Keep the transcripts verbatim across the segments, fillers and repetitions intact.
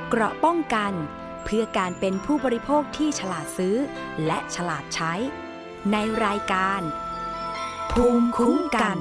เกราะป้องกันเพื่อการเป็นผู้บริโภคที่ฉลาดซื้อและฉลาดใช้ในรายการภูมิคุ้มกัน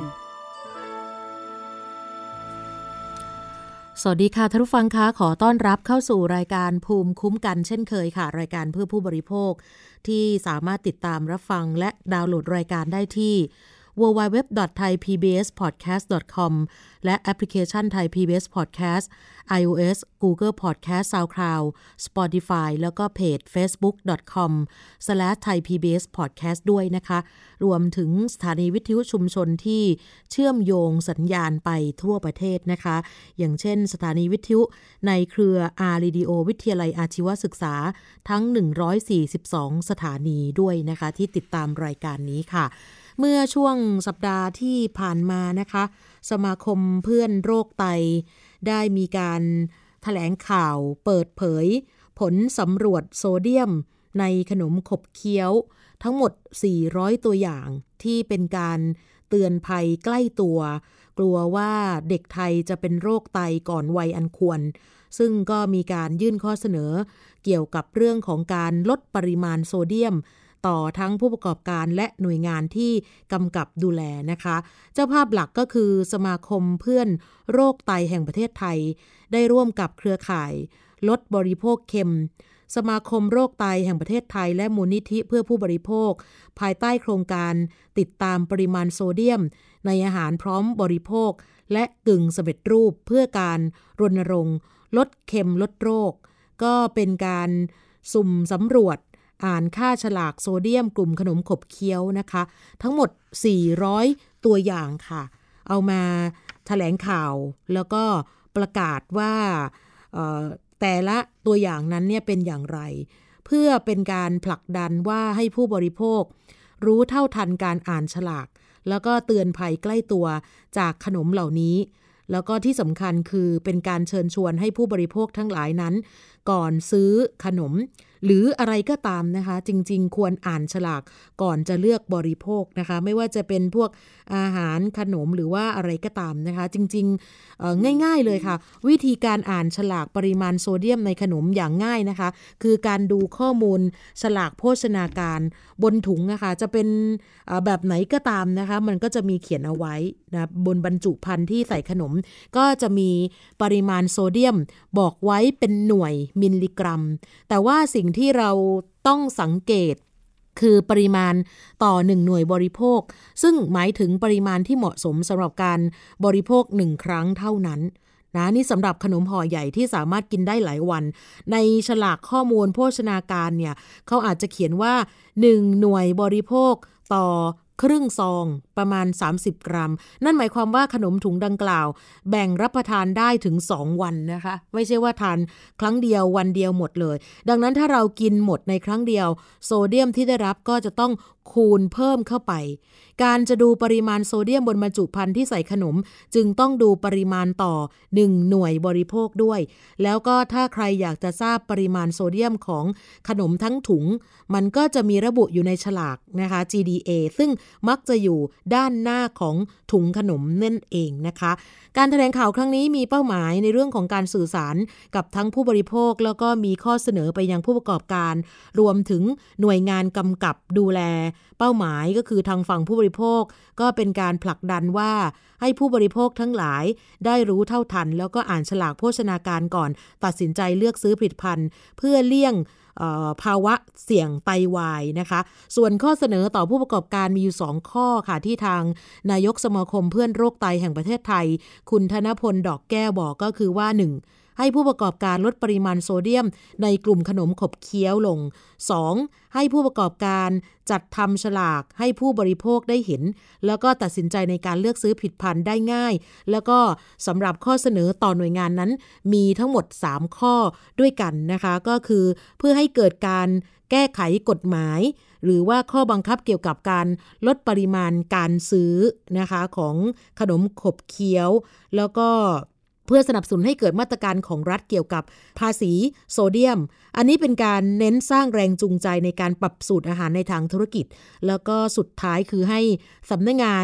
สวัสดีค่ะท่านผู้ฟังคะขอต้อนรับเข้าสู่รายการภูมิคุ้มกันเช่นเคยค่ะรายการเพื่อผู้บริโภคที่สามารถติดตามรับฟังและดาวน์โหลดรายการได้ที่ ดับเบิลยู ดับเบิลยู ดับเบิลยู ดอท ไทย พี บี เอส พอดแคสต์ ดอท คอม และแอปพลิเคชัน Thai พี บี เอส Podcast iOS Google Podcast SoundCloud Spotify แล้วก็เพจ เฟซบุ๊ก ดอท คอม สแลช ไทย พี บี เอส พอดแคสต์ ด้วยนะคะรวมถึงสถานีวิทยุชุมชนที่เชื่อมโยงสัญญาณไปทั่วประเทศนะคะอย่างเช่นสถานีวิทยุในเครือ R Radio วิทยาลัยอาชีวศึกษาทั้งหนึ่งร้อยสี่สิบสองสถานีด้วยนะคะที่ติดตามรายการนี้ค่ะเมื่อช่วงสัปดาห์ที่ผ่านมานะคะสมาคมเพื่อนโรคไตได้มีการแถลงข่าวเปิดเผยผลสำรวจโซเดียมในขนมขบเคี้ยวทั้งหมดสี่ร้อยตัวอย่างที่เป็นการเตือนภัยใกล้ตัวกลัวว่าเด็กไทยจะเป็นโรคไตก่อนวัยอันควรซึ่งก็มีการยื่นข้อเสนอเกี่ยวกับเรื่องของการลดปริมาณโซเดียมต่อทั้งผู้ประกอบการและหน่วยงานที่กำกับดูแลนะคะเจ้าภาพหลักก็คือสมาคมเพื่อนโรคไตแห่งประเทศไทยได้ร่วมกับเครือข่ายลดบริโภคเค็มสมาคมโรคไตแห่งประเทศไทยและมูลนิธิเพื่อผู้บริโภคภายใต้โครงการติดตามปริมาณโซเดียมในอาหารพร้อมบริโภคและกึ่งสำเร็จรูปเพื่อการรณรงค์ลดเค็มลดโรคก็เป็นการสุ่มสำรวจอ่านค่าฉลากโซเดียมกลุ่มขนมขบเคี้ยวนะคะทั้งหมดสี่ร้อยตัวอย่างค่ะเอามาแถลงข่าวแล้วก็ประกาศว่าแต่ละตัวอย่างนั้นเนี่ยเป็นอย่างไรเพื่อเป็นการผลักดันว่าให้ผู้บริโภครู้เท่าทันการอ่านฉลากแล้วก็เตือนภัยใกล้ตัวจากขนมเหล่านี้แล้วก็ที่สำคัญคือเป็นการเชิญชวนให้ผู้บริโภคทั้งหลายนั้นก่อนซื้อขนมหรืออะไรก็ตามนะคะจริงๆควรอ่านฉลากก่อนจะเลือกบริโภคนะคะไม่ว่าจะเป็นพวกอาหารขนมหรือว่าอะไรก็ตามนะคะจริงๆเอ่อง่ายๆเลยค่ะวิธีการอ่านฉลากปริมาณโซเดียมในขนมอย่างง่ายนะคะคือการดูข้อมูลฉลากโภชนาการบนถุงนะคะจะเป็นแบบไหนก็ตามนะคะมันก็จะมีเขียนเอาไว้นะบนบรรจุภัณฑ์ที่ใส่ขนมก็จะมีปริมาณโซเดียมบอกไว้เป็นหน่วยมิลลิกรัมแต่ว่าสิ่งที่เราต้องสังเกตคือปริมาณต่อหนึ่งหน่วยบริโภคซึ่งหมายถึงปริมาณที่เหมาะสมสำหรับการบริโภคหนึ่งครั้งเท่านั้นนะนี่สำหรับขนมห่อใหญ่ที่สามารถกินได้หลายวันในฉลากข้อมูลโภชนาการเนี่ยเขาอาจจะเขียนว่าหนึ่งหน่วยบริโภคต่อครึ่งซองประมาณสามสิบกรัมนั่นหมายความว่าขนมถุงดังกล่าวแบ่งรับประทานได้ถึงสองวันนะคะไม่ใช่ว่าทานครั้งเดียววันเดียวหมดเลยดังนั้นถ้าเรากินหมดในครั้งเดียวโซเดียมที่ได้รับก็จะต้องคูณเพิ่มเข้าไปการจะดูปริมาณโซเดียมบนบรรจุภัณฑ์ที่ใส่ขนมจึงต้องดูปริมาณต่อหนึ่งหน่วยบริโภคด้วยแล้วก็ถ้าใครอยากจะทราบปริมาณโซเดียมของขนมทั้งถุงมันก็จะมีระบุอยู่ในฉลากนะคะ จี ดี เอ ซึ่งมักจะอยู่ด้านหน้าของถุงขนมนั่นเองนะคะการแถลงข่าวครั้งนี้มีเป้าหมายในเรื่องของการสื่อสารกับทั้งผู้บริโภคแล้วก็มีข้อเสนอไปยังผู้ประกอบการรวมถึงหน่วยงานกำกับดูแลเป้าหมายก็คือทางฝั่งผู้บริโภคก็เป็นการผลักดันว่าให้ผู้บริโภคทั้งหลายได้รู้เท่าทันแล้วก็อ่านฉลากโภชนาการก่อนตัดสินใจเลือกซื้อผลิตภัณฑ์เพื่อเลี่ยงภาวะเสี่ยงไตวายนะคะส่วนข้อเสนอต่อผู้ประกอบการมีอยู่สองข้อค่ะที่ทางนายกสมาคมเพื่อนโรคไตแห่งประเทศไทยคุณธนพลดอกแก้วบอกก็คือว่าหนึ่งให้ผู้ประกอบการลดปริมาณโซเดียมในกลุ่มขนมขบเคี้ยวลงสองให้ผู้ประกอบการจัดทำฉลากให้ผู้บริโภคได้เห็นแล้วก็ตัดสินใจในการเลือกซื้อผลิตภัณฑ์ได้ง่ายแล้วก็สำหรับข้อเสนอต่อหน่วยงานนั้นมีทั้งหมดสามข้อด้วยกันนะคะก็คือเพื่อให้เกิดการแก้ไขกฎหมายหรือว่าข้อบังคับเกี่ยวกับการลดปริมาณการซื้อนะคะของขนมขบเคี้ยวแล้วก็เพื่อสนับสนุนให้เกิดมาตรการของรัฐเกี่ยวกับภาษีโซเดียมอันนี้เป็นการเน้นสร้างแรงจูงใจในการปรับสูตรอาหารในทางธุรกิจแล้วก็สุดท้ายคือให้สำนักงาน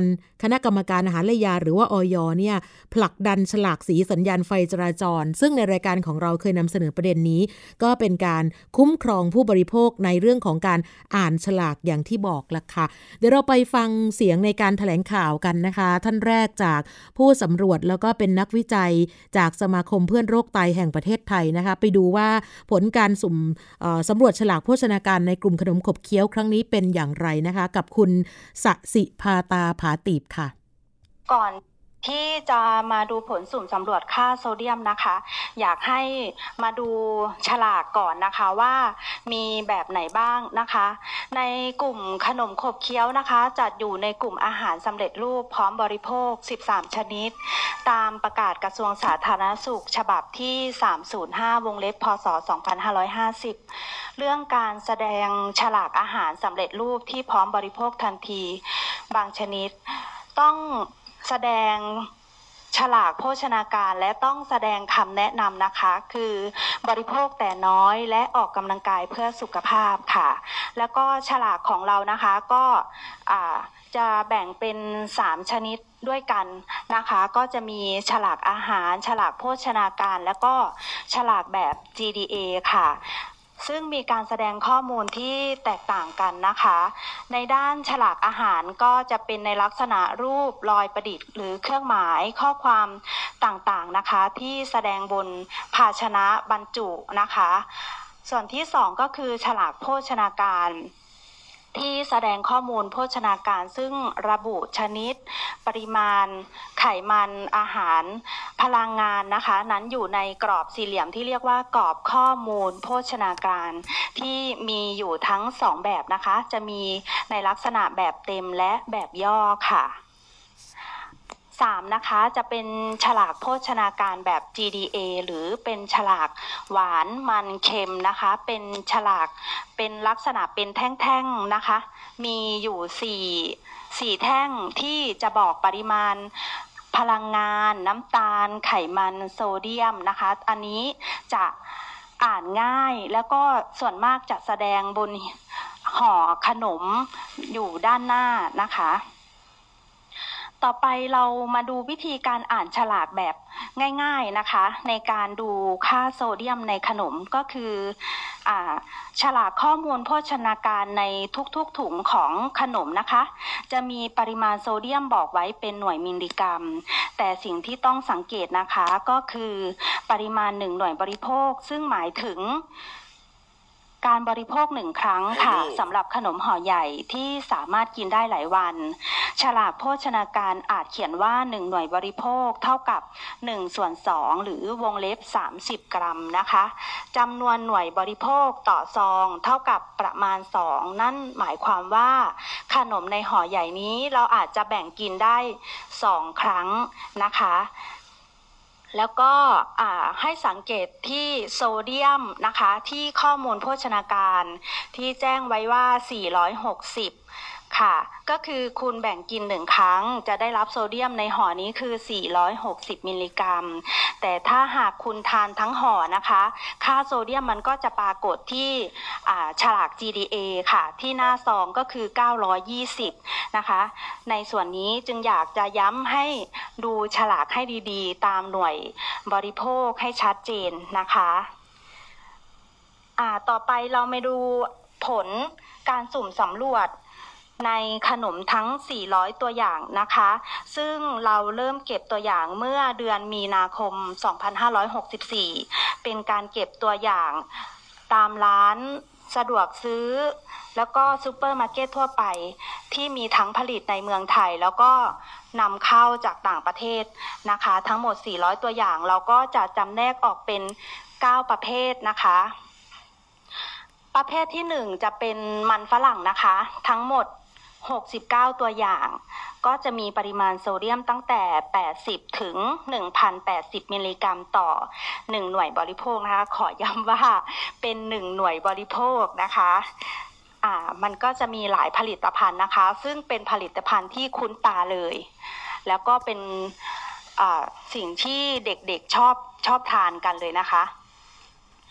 คณะกรรมการอาหารและยาหรือว่าอย.เนี่ยผลักดันฉลากสีสัญญาณไฟจราจรซึ่งในรายการของเราเคยนำเสนอประเด็นนี้ก็เป็นการคุ้มครองผู้บริโภคในเรื่องของการอ่านฉลากอย่างที่บอกล่ะค่ะเดี๋ยวเราไปฟังเสียงในการแถลงข่าวกันนะคะท่านแรกจากผู้สำรวจแล้วก็เป็นนักวิจัยจากสมาคมเพื่อนโรคไตแห่งประเทศไทยนะคะไปดูว่าผลการสุ่มสำรวจฉลากโภชนาการในกลุ่มขนมขบเคี้ยวครั้งนี้เป็นอย่างไรนะคะกับคุณสสิภาตาผาตีบค่ะก่อนที่จะมาดูผลสุ่มสำรวจค่าโซเดียมนะคะอยากให้มาดูฉลากก่อนนะคะว่ามีแบบไหนบ้างนะคะในกลุ่มขนมขบเคี้ยวนะคะจัดอยู่ในกลุ่มอาหารสำเร็จรูปพร้อมบริโภคสิบสามชนิดตามประกาศกระทรวงสาธารณสุขฉบับที่สามศูนย์ห้าวงเล็บพศสองพันห้าร้อยห้าสิบเรื่องการแสดงฉลากอาหารสำเร็จรูปที่พร้อมบริโภคทันทีบางชนิดต้องแสดงฉลากโภชนาการและต้องแสดงคำแนะนำนะคะคือบริโภคแต่น้อยและออกกำลังกายเพื่อสุขภาพค่ะแล้วก็ฉลากของเรานะคะก็จะแบ่งเป็นสามชนิดด้วยกันนะคะก็จะมีฉลากอาหารฉลากโภชนาการแล้วก็ฉลากแบบ จี ดี เอ ค่ะซึ่งมีการแสดงข้อมูลที่แตกต่างกันนะคะในด้านฉลากอาหารก็จะเป็นในลักษณะรูปรอยประดิษฐ์หรือเครื่องหมายข้อความต่างๆนะคะที่แสดงบนภาชนะบรรจุนะคะส่วนที่สองก็คือฉลากโภชนาการที่แสดงข้อมูลโภชนาการซึ่งระบุชนิดปริมาณไขมันอาหารพลังงานนะคะนั้นอยู่ในกรอบสี่เหลี่ยมที่เรียกว่ากรอบข้อมูลโภชนาการที่มีอยู่ทั้งสองแบบนะคะจะมีในลักษณะแบบเต็มและแบบย่อค่ะสามนะคะจะเป็นฉลากโภชนาการแบบ จี ดี เอ หรือเป็นฉลากหวานมันเค็มนะคะเป็นฉลากเป็นลักษณะเป็นแท่งๆนะคะมีอยู่สี่สี่แท่งที่จะบอกปริมาณพลังงานน้ำตาลไขมันโซเดียมนะคะอันนี้จะอ่านง่ายแล้วก็ส่วนมากจะแสดงบนห่อขนมอยู่ด้านหน้านะคะต่อไปเรามาดูวิธีการอ่านฉลากแบบง่ายๆนะคะในการดูค่าโซเดียมในขนมก็คืออ่าฉลากข้อมูลโภชนาการในทุกๆถุงของขนมนะคะจะมีปริมาณโซเดียมบอกไว้เป็นหน่วยมิลลิกรัมแต่สิ่งที่ต้องสังเกตนะคะก็คือปริมาณหนึ่งหน่วยบริโภคซึ่งหมายถึงการบริโภคหนึ่งครั้งค่ะสำหรับขนมห่อใหญ่ที่สามารถกินได้หลายวันฉลากโภชนาการอาจเขียนว่าหนึ่งหน่วยบริโภคเท่ากับหนึ่งส่วนสองหรือวงเล็บสามสิบกรัมนะคะจำนวนหน่วยบริโภคต่อซองเท่ากับประมาณสองนั่นหมายความว่าขนมในห่อใหญ่นี้เราอาจจะแบ่งกินได้สองครั้งนะคะแล้วก็ให้สังเกตที่โซเดียมนะคะที่ข้อมูลโภชนาการที่แจ้งไว้ว่าสี่ร้อยหกสิบค่ะก็คือคุณแบ่งกินหนึ่งครั้งจะได้รับโซเดียมในห่อนี้คือสี่ร้อยหกสิบมิลลิกรัมแต่ถ้าหากคุณทานทั้งห่อนะคะค่าโซเดียมมันก็จะปรากฏที่ฉลาก จี ดี เอ ค่ะที่หน้าซองก็คือเก้าร้อยยี่สิบนะคะในส่วนนี้จึงอยากจะย้ำให้ดูฉลากให้ดีๆตามหน่วยบริโภคให้ชัดเจนนะคะอ่าต่อไปเรามาดูผลการสุ่มสำรวจในขนมทั้งสี่ร้อยตัวอย่างนะคะซึ่งเราเริ่มเก็บตัวอย่างเมื่อเดือนมีนาคมสองพันห้าร้อยหกสิบสี่เป็นการเก็บตัวอย่างตามร้านสะดวกซื้อแล้วก็ซูเปอร์มาร์เก็ตทั่วไปที่มีทั้งผลิตในเมืองไทยแล้วก็นำเข้าจากต่างประเทศนะคะทั้งหมดสี่ร้อยตัวอย่างเราก็จะจำแนกออกเป็นเก้าประเภทนะคะประเภทที่หนึ่งจะเป็นมันฝรั่งนะคะทั้งหมดหกสิบเก้าตัวอย่างก็จะมีปริมาณโซเดียมตั้งแต่แปดสิบถึง หนึ่งพันแปดสิบมิลลิกรัมต่อหนึ่งหน่วยบริโภคนะคะขอย้ำว่าเป็นหนึ่งหน่วยบริโภคนะคะอ่ามันก็จะมีหลายผลิตภัณฑ์นะคะซึ่งเป็นผลิตภัณฑ์ที่คุ้นตาเลยแล้วก็เป็นอ่าสิ่งที่เด็กๆชอบชอบทานกันเลยนะคะ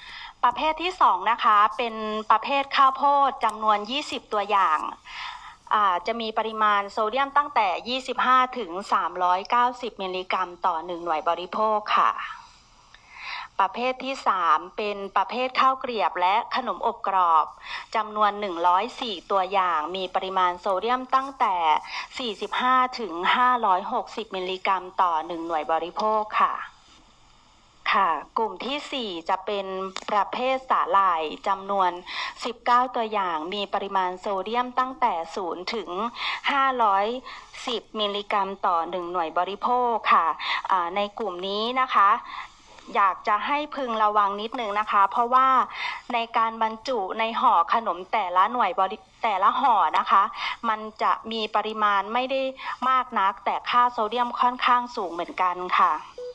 ประเภทที่สองนะคะเป็นประเภทข้าวโพดจำนวนยี่สิบตัวอย่างจะมีปริมาณโซเดียมตั้งแต่ยี่สิบห้าถึงสามร้อยเก้าสิบมิลลิกรัมต่อหนึ่งหน่วยบริโภคค่ะประเภทที่สามเป็นประเภทข้าวเกลียบและขนมอบกรอบจำนวนหนึ่งร้อยสี่ตัวอย่างมีปริมาณโซเดียมตั้งแต่สี่สิบห้าถึงห้าร้อยหกสิบมิลลิกรัมต่อหนึ่งหน่วยบริโภคค่ะค่ะกลุ่มที่สี่จะเป็นประเภทสาหร่ายจำนวนสิบเก้าตัวอย่างมีปริมาณโซเดียมตั้งแต่ศูนย์ถึงห้าร้อยสิบมิลลิกรัมต่อหนึ่งหน่วยบริโภคค่ะในกลุ่มนี้นะคะอยากจะให้พึงระวังนิดนึงนะคะเพราะว่าในการบรรจุในห่อขนมแต่ละหน่วยบริแต่ละห่อนะคะมันจะมีปริมาณไม่ได้มากนักแต่ค่าโซเดียมค่อนข้างสูงเหมือนกันค่ะ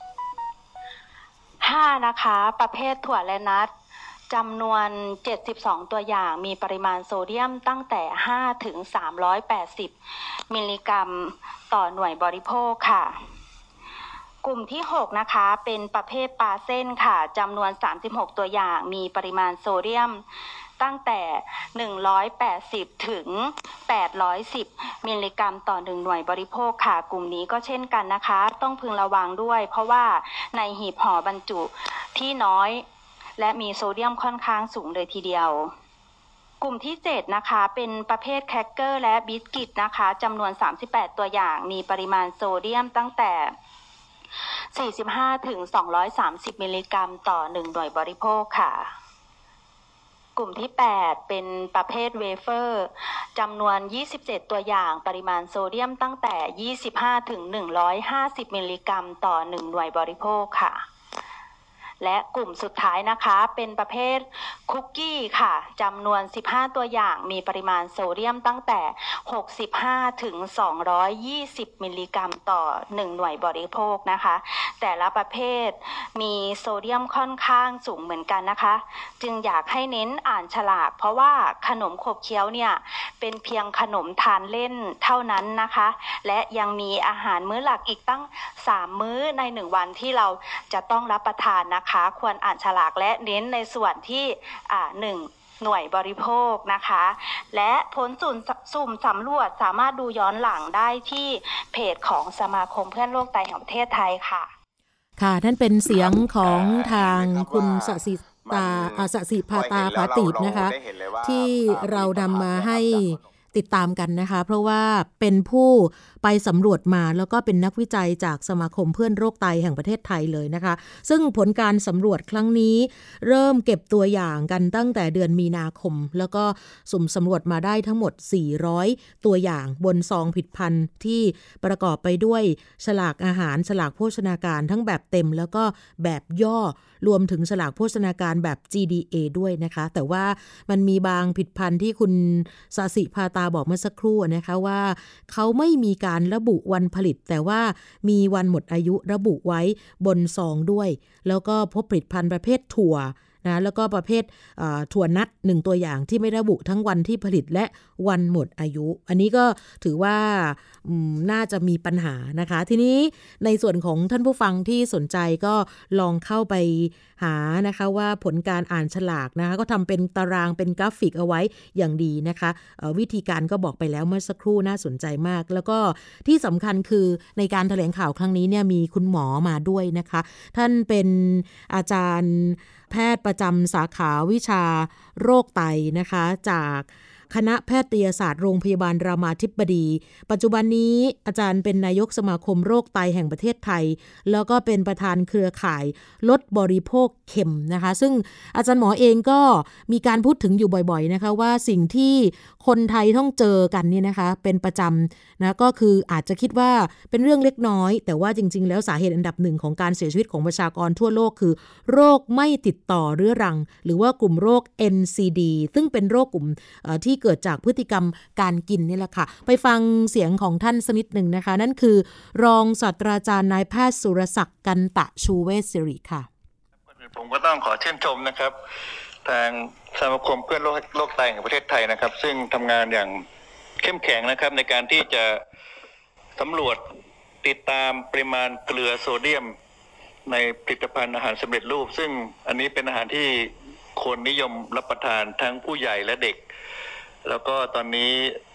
ห้านะคะประเภทถั่วและนัทจำนวนเจ็ดสิบสองตัวอย่างมีปริมาณโซเดียมตั้งแต่ห้าถึงสามร้อยแปดสิบมิลลิกรัมต่อหน่วยบริโภคค่ะกลุ่มที่หกนะคะเป็นประเภทปลาเส้นค่ะจำนวนสามสิบหกตัวอย่างมีปริมาณโซเดียมตั้งแต่หนึ่งร้อยแปดสิบถึงแปดร้อยสิบมิลลิกรัมต่อหนึ่งหน่วยบริโภคค่ะกลุ่มนี้ก็เช่นกันนะคะต้องพึงระวังด้วยเพราะว่าในหีบห่อบรรจุที่น้อยและมีโซเดียมค่อนข้างสูงเลยทีเดียวกลุ่มที่เจ็ดนะคะเป็นประเภทแครกเกอร์และบิสกิตนะคะจำนวนสามสิบแปดตัวอย่างมีปริมาณโซเดียมตั้งแต่สี่สิบห้าถึงสองร้อยสามสิบมิลลิกรัมต่อหนึ่งหน่วยบริโภคค่ะกลุ่มที่แปดเป็นประเภทเวเฟอร์จำนวนยี่สิบเจ็ดตัวอย่างปริมาณโซเดียมตั้งแต่ยี่สิบห้าถึงหนึ่งร้อยห้าสิบมิลลิกรัมต่อหนึ่งหน่วยบริโภคค่ะและกลุ่มสุดท้ายนะคะเป็นประเภทคุกกี้ค่ะจำนวนสิบห้าตัวอย่างมีปริมาณโซเดียมตั้งแต่หกสิบห้าถึงสองร้อยยี่สิบมิลลิกรัมต่อหนึ่งหน่วยบริโภคนะคะแต่ละประเภทมีโซเดียมค่อนข้างสูงเหมือนกันนะคะจึงอยากให้เน้นอ่านฉลากเพราะว่าขนมขบเคี้ยวเนี่ยเป็นเพียงขนมทานเล่นเท่านั้นนะคะและยังมีอาหารมื้อหลักอีกตั้งสามมื้อในหนึ่งวันที่เราจะต้องรับประทานนะคะควรอ่านฉลากและเน้นในส่วนที่อ่าหนึ่งหน่วยบริโภคนะคะและผลสุ่มสำรวจสามารถดูย้อนหลังได้ที่เพจของสมาคมเพื่อนโรคไตแห่งประเทศไทยค่ะค่ะนั่นเป็นเสียงของทางคุณสศิตาสศิภาตาภาติบนะคะที่เรานำมาให้ติดตามกันนะคะเพราะว่าเป็นผู้ไปสำรวจมาแล้วก็เป็นนักวิจัยจากสมาคมเพื่อนโรคไตแห่งประเทศไทยเลยนะคะซึ่งผลการสำรวจครั้งนี้เริ่มเก็บตัวอย่างกันตั้งแต่เดือนมีนาคมแล้วก็สุ่มสำรวจมาได้ทั้งหมดสี่ร้อยตัวอย่างบนซองผลิตภัณฑ์ที่ประกอบไปด้วยฉลากอาหารฉลากโภชนาการทั้งแบบเต็มแล้วก็แบบย่อรวมถึงฉลากโภชนาการแบบ จี ดี เอ ด้วยนะคะแต่ว่ามันมีบางผลิตภัณฑ์ที่คุณสศิภาตาบอกเมื่อสักครู่นะคะว่าเขาไม่มีการระบุวันผลิตแต่ว่ามีวันหมดอายุระบุไว้บนซองด้วยแล้วก็พบผลิตภัณฑ์ประเภทถั่วนะแล้วก็ประเภทถั่วนัทหนึ่งตัวอย่างที่ไม่ระบุทั้งวันที่ผลิตและวันหมดอายุอันนี้ก็ถือว่าน่าจะมีปัญหานะคะทีนี้ในส่วนของท่านผู้ฟังที่สนใจก็ลองเข้าไปหานะคะว่าผลการอ่านฉลากนะคะก็ทำเป็นตารางเป็นกราฟิกเอาไว้อย่างดีนะคะวิธีการก็บอกไปแล้วเมื่อสักครู่น่าสนใจมากแล้วก็ที่สำคัญคือในการแถลงข่าวครั้งนี้เนี่ยมีคุณหมอมาด้วยนะคะท่านเป็นอาจารย์แพทย์ประจำสาขาวิชาโรคไตนะคะจากคณะแพทยศาสตร์โรงพยาบาลรามาธิบดีปัจจุบันนี้อาจารย์เป็นนายกสมาคมโรคไตแห่งประเทศไทยแล้วก็เป็นประธานเครือข่ายลดบริโภคเค็มนะคะซึ่งอาจารย์หมอเองก็มีการพูดถึงอยู่บ่อยๆนะคะว่าสิ่งที่คนไทยต้องเจอกันเนี่ยนะคะเป็นประจำนะก็คืออาจจะคิดว่าเป็นเรื่องเล็กน้อยแต่ว่าจริงๆแล้วสาเหตุอันดับหนึ่งของการเสียชีวิตของประชากรทั่วโลกคือโรคไม่ติดต่อเรื้อรังหรือว่ากลุ่มโรค เอ็น ซี ดี ซึ่งเป็นโรคกลุ่มที่เกิดจากพฤติกรรมการกินนี่แหละค่ะไปฟังเสียงของท่านสักนิดหนึ่งนะคะนั่นคือรองศาสตราจารย์นายแพทย์สุรศักดิ์กันตะชูเวชศิริค่ะผมก็ต้องขอชื่นชมนะครับทางสมาคมเพื่อนโรคโรคไตแห่งประเทศไทยนะครับซึ่งทำงานอย่างเข้มแข็งนะครับในการที่จะสำรวจติดตามปริมาณเกลือโซเดียมในผลิตภัณฑ์อาหารสำเร็จรูปซึ่งอันนี้เป็นอาหารที่คนนิยมรับประทานทั้งผู้ใหญ่และเด็กแล้วก็ตอนนี้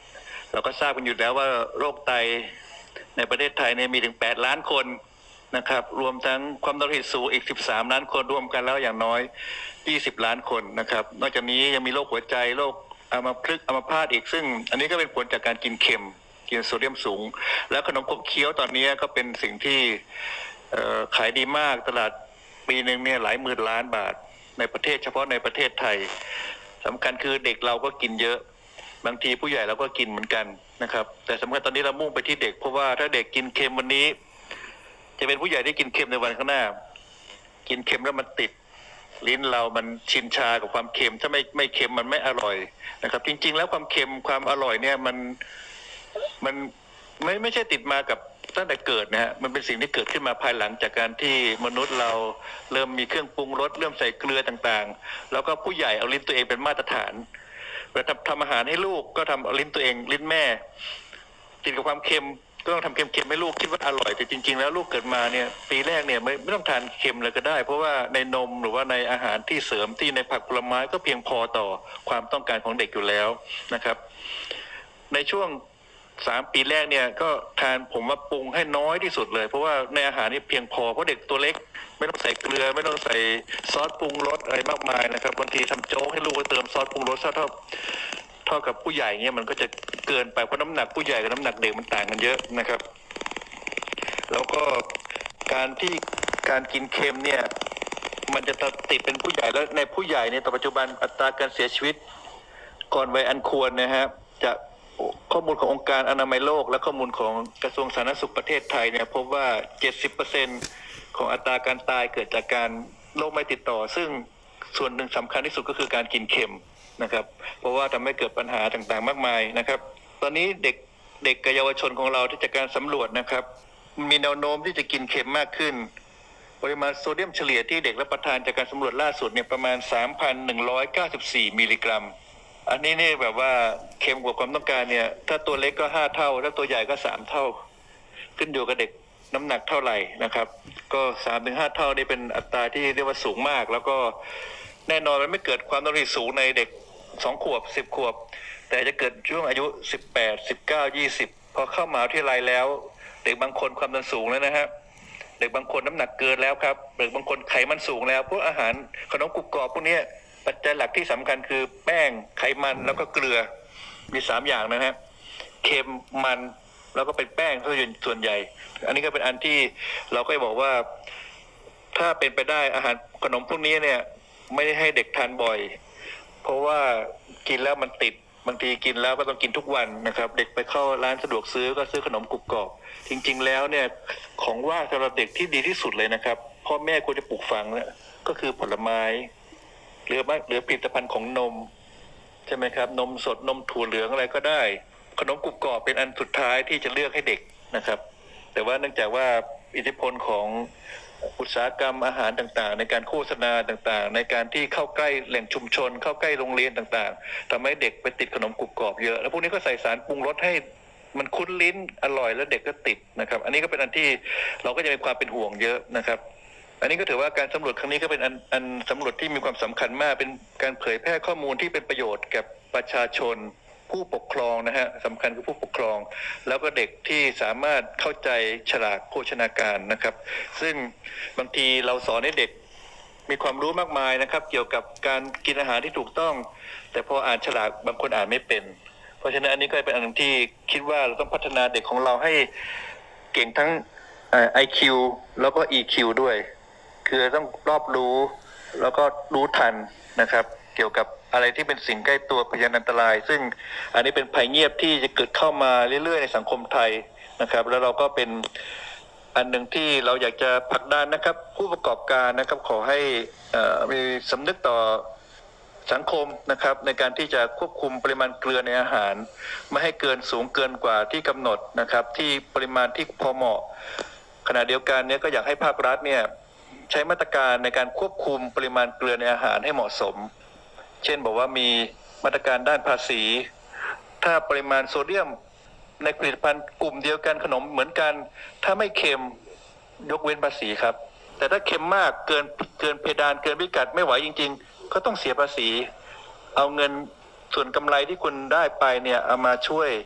เราก็ทราบกันอยู่แล้วว่าโรคไตในประเทศไทยเนี่ยมีถึงแปดล้านคนนะครับรวมทั้งความดันโลหิตสูงอีกสิบสามล้านคนรวมกันแล้วอย่างน้อยยี่สิบล้านคนนะครับนอกจากนี้ยังมีโรคหัวใจโรคอัมพฤกษ์อัมพาตอีกซึ่งอันนี้ก็เป็นผลจากการกินเค็มกินโซเดียมสูงแล้วขนมขบเคี้ยวตอนนี้ก็เป็นสิ่งที่ขายดีมากตลาดปีหนึ่งเนี่ยหลายหมื่นล้านบาทในประเทศเฉพาะในประเทศไทยสำคัญคือเด็กเราก็กินเยอะบางทีผู้ใหญ่เราก็กินเหมือนกันนะครับแต่สำคัญตอนนี้เรามุ่งไปที่เด็กเพราะว่าถ้าเด็กกินเค็มวันนี้จะเป็นผู้ใหญ่ที่กินเค็มในวันข้างหน้ากินเค็มแล้วมันติดลิ้นเรามันชินชากับความเค็มถ้าไม่ไม่เค็มมันไม่อร่อยนะครับจริงๆแล้วความเค็มความอร่อยเนี่ยมันมันไม่ไม่ใช่ติดมากับตั้งแต่เกิดนะฮะมันเป็นสิ่งที่เกิดขึ้นมาภายหลังจากการที่มนุษย์เราเริ่มมีเครื่องปรุงรสเริ่มใส่เกลือต่างๆแล้วก็ผู้ใหญ่เอาลิ้นตัวเองเป็นมาตรฐานเวลาทำอาหารให้ลูกก็ทำเอาลิ้นตัวเองลิ้นแม่ติดกับความเค็มก็ต้องทำเค็มๆให้ลูกคิดว่าอร่อยแต่จริงๆแล้วลูกเกิดมาเนี่ยปีแรกเนี่ยไม่ไม่ต้องทานเค็มเลยก็ได้เพราะว่าในนมหรือว่าในอาหารที่เสริมที่ในผักผลไม้ก็เพียงพอต่อความต้องการของเด็กอยู่แล้วนะครับในช่วงสามปีแรกเนี่ยก็ทานผมว่าปรุงให้น้อยที่สุดเลยเพราะว่าในอาหารนี่เพียงพอเพราะเด็กตัวเล็กไม่ต้องใส่เกลือไม่ต้องใส่ซอสปรุงรสอะไรมากมายนะครับบางทีทำโจ๊กให้ลูกก็เติมซอสปรุงรสเท่าเท่ากับผู้ใหญ่เงี้ยมันก็จะเกินไปเพราะน้ำหนักผู้ใหญ่กับน้ำหนักเด็กมันต่างกันเยอะนะครับแล้วก็การที่การกินเค็มเนี่ยมันจะติดเป็นผู้ใหญ่แล้วในผู้ใหญ่เนี่ยต่อปัจจุบันอัตราการเสียชีวิตก่อนวัยอันควรนะครับจะข้อมูลขององค์การอนามัยโลกและข้อมูลของกระทรวงสาธารณสุขประเทศไทยเนี่ยพบว่า เจ็ดสิบเปอร์เซ็นต์ ของอัตราการตายเกิดจากการโรคไม่ติดต่อซึ่งส่วนหนึ่งสำคัญที่สุดก็คือการกินเค็มนะครับเพราะว่าทำให้เกิดปัญหาต่างๆมากมายนะครับตอนนี้เด็กเด็กกับเยาวชนของเราที่จากการสำรวจนะครับมีแนวโน้มที่จะกินเค็มมากขึ้นปริมาณโซเดียมเฉลี่ยที่เด็กรับประทานจากการสำรวจล่าสุดเนี่ยประมาณ สามพันหนึ่งร้อยเก้าสิบสี่ มิลลิกรัมอันนี้นี่แบบว่าเค็มกว่าความต้องการเนี่ยถ้าตัวเล็กก็ห้าเท่าถ้าตัวใหญ่ก็สามเท่าขึ้นอยู่กับเด็กน้ำหนักเท่าไหร่นะครับก็ สามถึงห้า เท่านี่เป็นอัตราที่เรียกว่าสูงมากแล้วก็แน่นอนมันไม่เกิดความดันโลหิตสูงในเด็กสองขวบสิบขวบแต่จะเกิดช่วงอายุสิบแปด สิบเก้า ยี่สิบพอเข้ามหาวิทยาลัยแล้วเด็กบางคนความดันสูงแล้วนะฮะเด็กบางคนน้ำหนักเกินแล้วครับเด็กบางคนไขมันสูงแล้วพวกอาหารขนมกรุบกรอบพวกนี้ปัจจัยหลักที่สำคัญคือแป้งไขมันแล้วก็เกลือมีสามอย่างนะฮะเค็มมันแล้วก็เป็นแป้งส่วนใหญ่อันนี้ก็เป็นอันที่เราก็บอกว่าถ้าเป็นไปได้อาหารขนมพวกนี้เนี่ยไม่ได้ให้เด็กทานบ่อยเพราะว่ากินแล้วมันติดบางทีกินแล้วก็ต้องกินทุกวันนะครับเด็กไปเข้าร้านสะดวกซื้อก็ซื้อขนมกรุบกรอบจริงๆแล้วเนี่ยของว่างสำหรับเด็กที่ดีที่สุดเลยนะครับพ่อแม่ควรจะปลูกฝังเนี่ยก็คือผลไม้หรือหรือผลิตภัณฑ์ของนมใช่ไหมครับนมสดนมถั่วเหลืองอะไรก็ได้ขนมกรุบกรอบเป็นอันสุดท้ายที่จะเลือกให้เด็กนะครับแต่ว่าเนื่องจากว่าอิทธิพลของอุตสาหกรรมอาหารต่างๆในการโฆษณาต่างๆในการที่เข้าใกล้แหล่งชุมชนเข้าใกล้โรงเรียนต่างๆทำให้เด็กไปติดขนมกรุบกรอบเยอะแล้วพวกนี้ก็ใส่สารปรุงรสให้มันคุ้นลิ้นอร่อยแล้วเด็กก็ติดนะครับอันนี้ก็เป็นอันที่เราก็จะมีความเป็นห่วงเยอะนะครับอันนี้ก็ถือว่าการสำรวจครั้งนี้ก็เป็นอันอันสำรวจที่มีความสำคัญมากเป็นการเผยแพร่ข้อมูลที่เป็นประโยชน์กับประชาชนผู้ปกครองนะฮะสำคัญคือผู้ปกครองแล้วก็เด็กที่สามารถเข้าใจฉลากโภชนาการนะครับซึ่งบางทีเราสอนให้เด็กมีความรู้มากมายนะครับเกี่ยวกับการกินอาหารที่ถูกต้องแต่พออ่านฉลากบางคนอ่านไม่เป็นเพราะฉะนั้นอันนี้ก็เป็นอันที่คิดว่าเราต้องพัฒนาเด็กของเราให้เก่งทั้ง ไอ คิว แล้วก็ อี คิว ด้วยคือต้องรอบรู้แล้วก็รู้ทันนะครับเกี่ยวกับอะไรที่เป็นสิ่งใกล้ตัวพยานอันตรายซึ่งอันนี้เป็นภัยเงียบที่จะเกิดเข้ามาเรื่อยๆในสังคมไทยนะครับแล้วเราก็เป็นอันหนึ่งที่เราอยากจะผลักดันนะครับผู้ประกอบการนะครับขอให้มีสำนึกต่อสังคมนะครับในการที่จะควบคุมปริมาณเกลือในอาหารไม่ให้เกินสูงเกินกว่าที่กำหนดนะครับที่ปริมาณที่พอเหมาะขณะเดียวกันเนี่ยก็อยากให้ภาครัฐเนี่ยใช้มาตรการในการควบคุมปริมาณเกลือในอาหารให้เหมาะสมเช่นบอกว่ามีมาตรการด้านภาษีถ้าปริมาณโซเดียมในผลิตภัณฑ์กลุ่มเดียวกันขนมเหมือนกันถ้าไม่เค็มยกเว้นภาษีครับแต่ถ้าเค็มมากเกินเกินเพดานเกินพิกัดไม่ไหวจริงๆก็ต้องเสียภาษีเอาเงินส่วนกำไรที่คุณได้ไปเนี่ยเอามาช่วย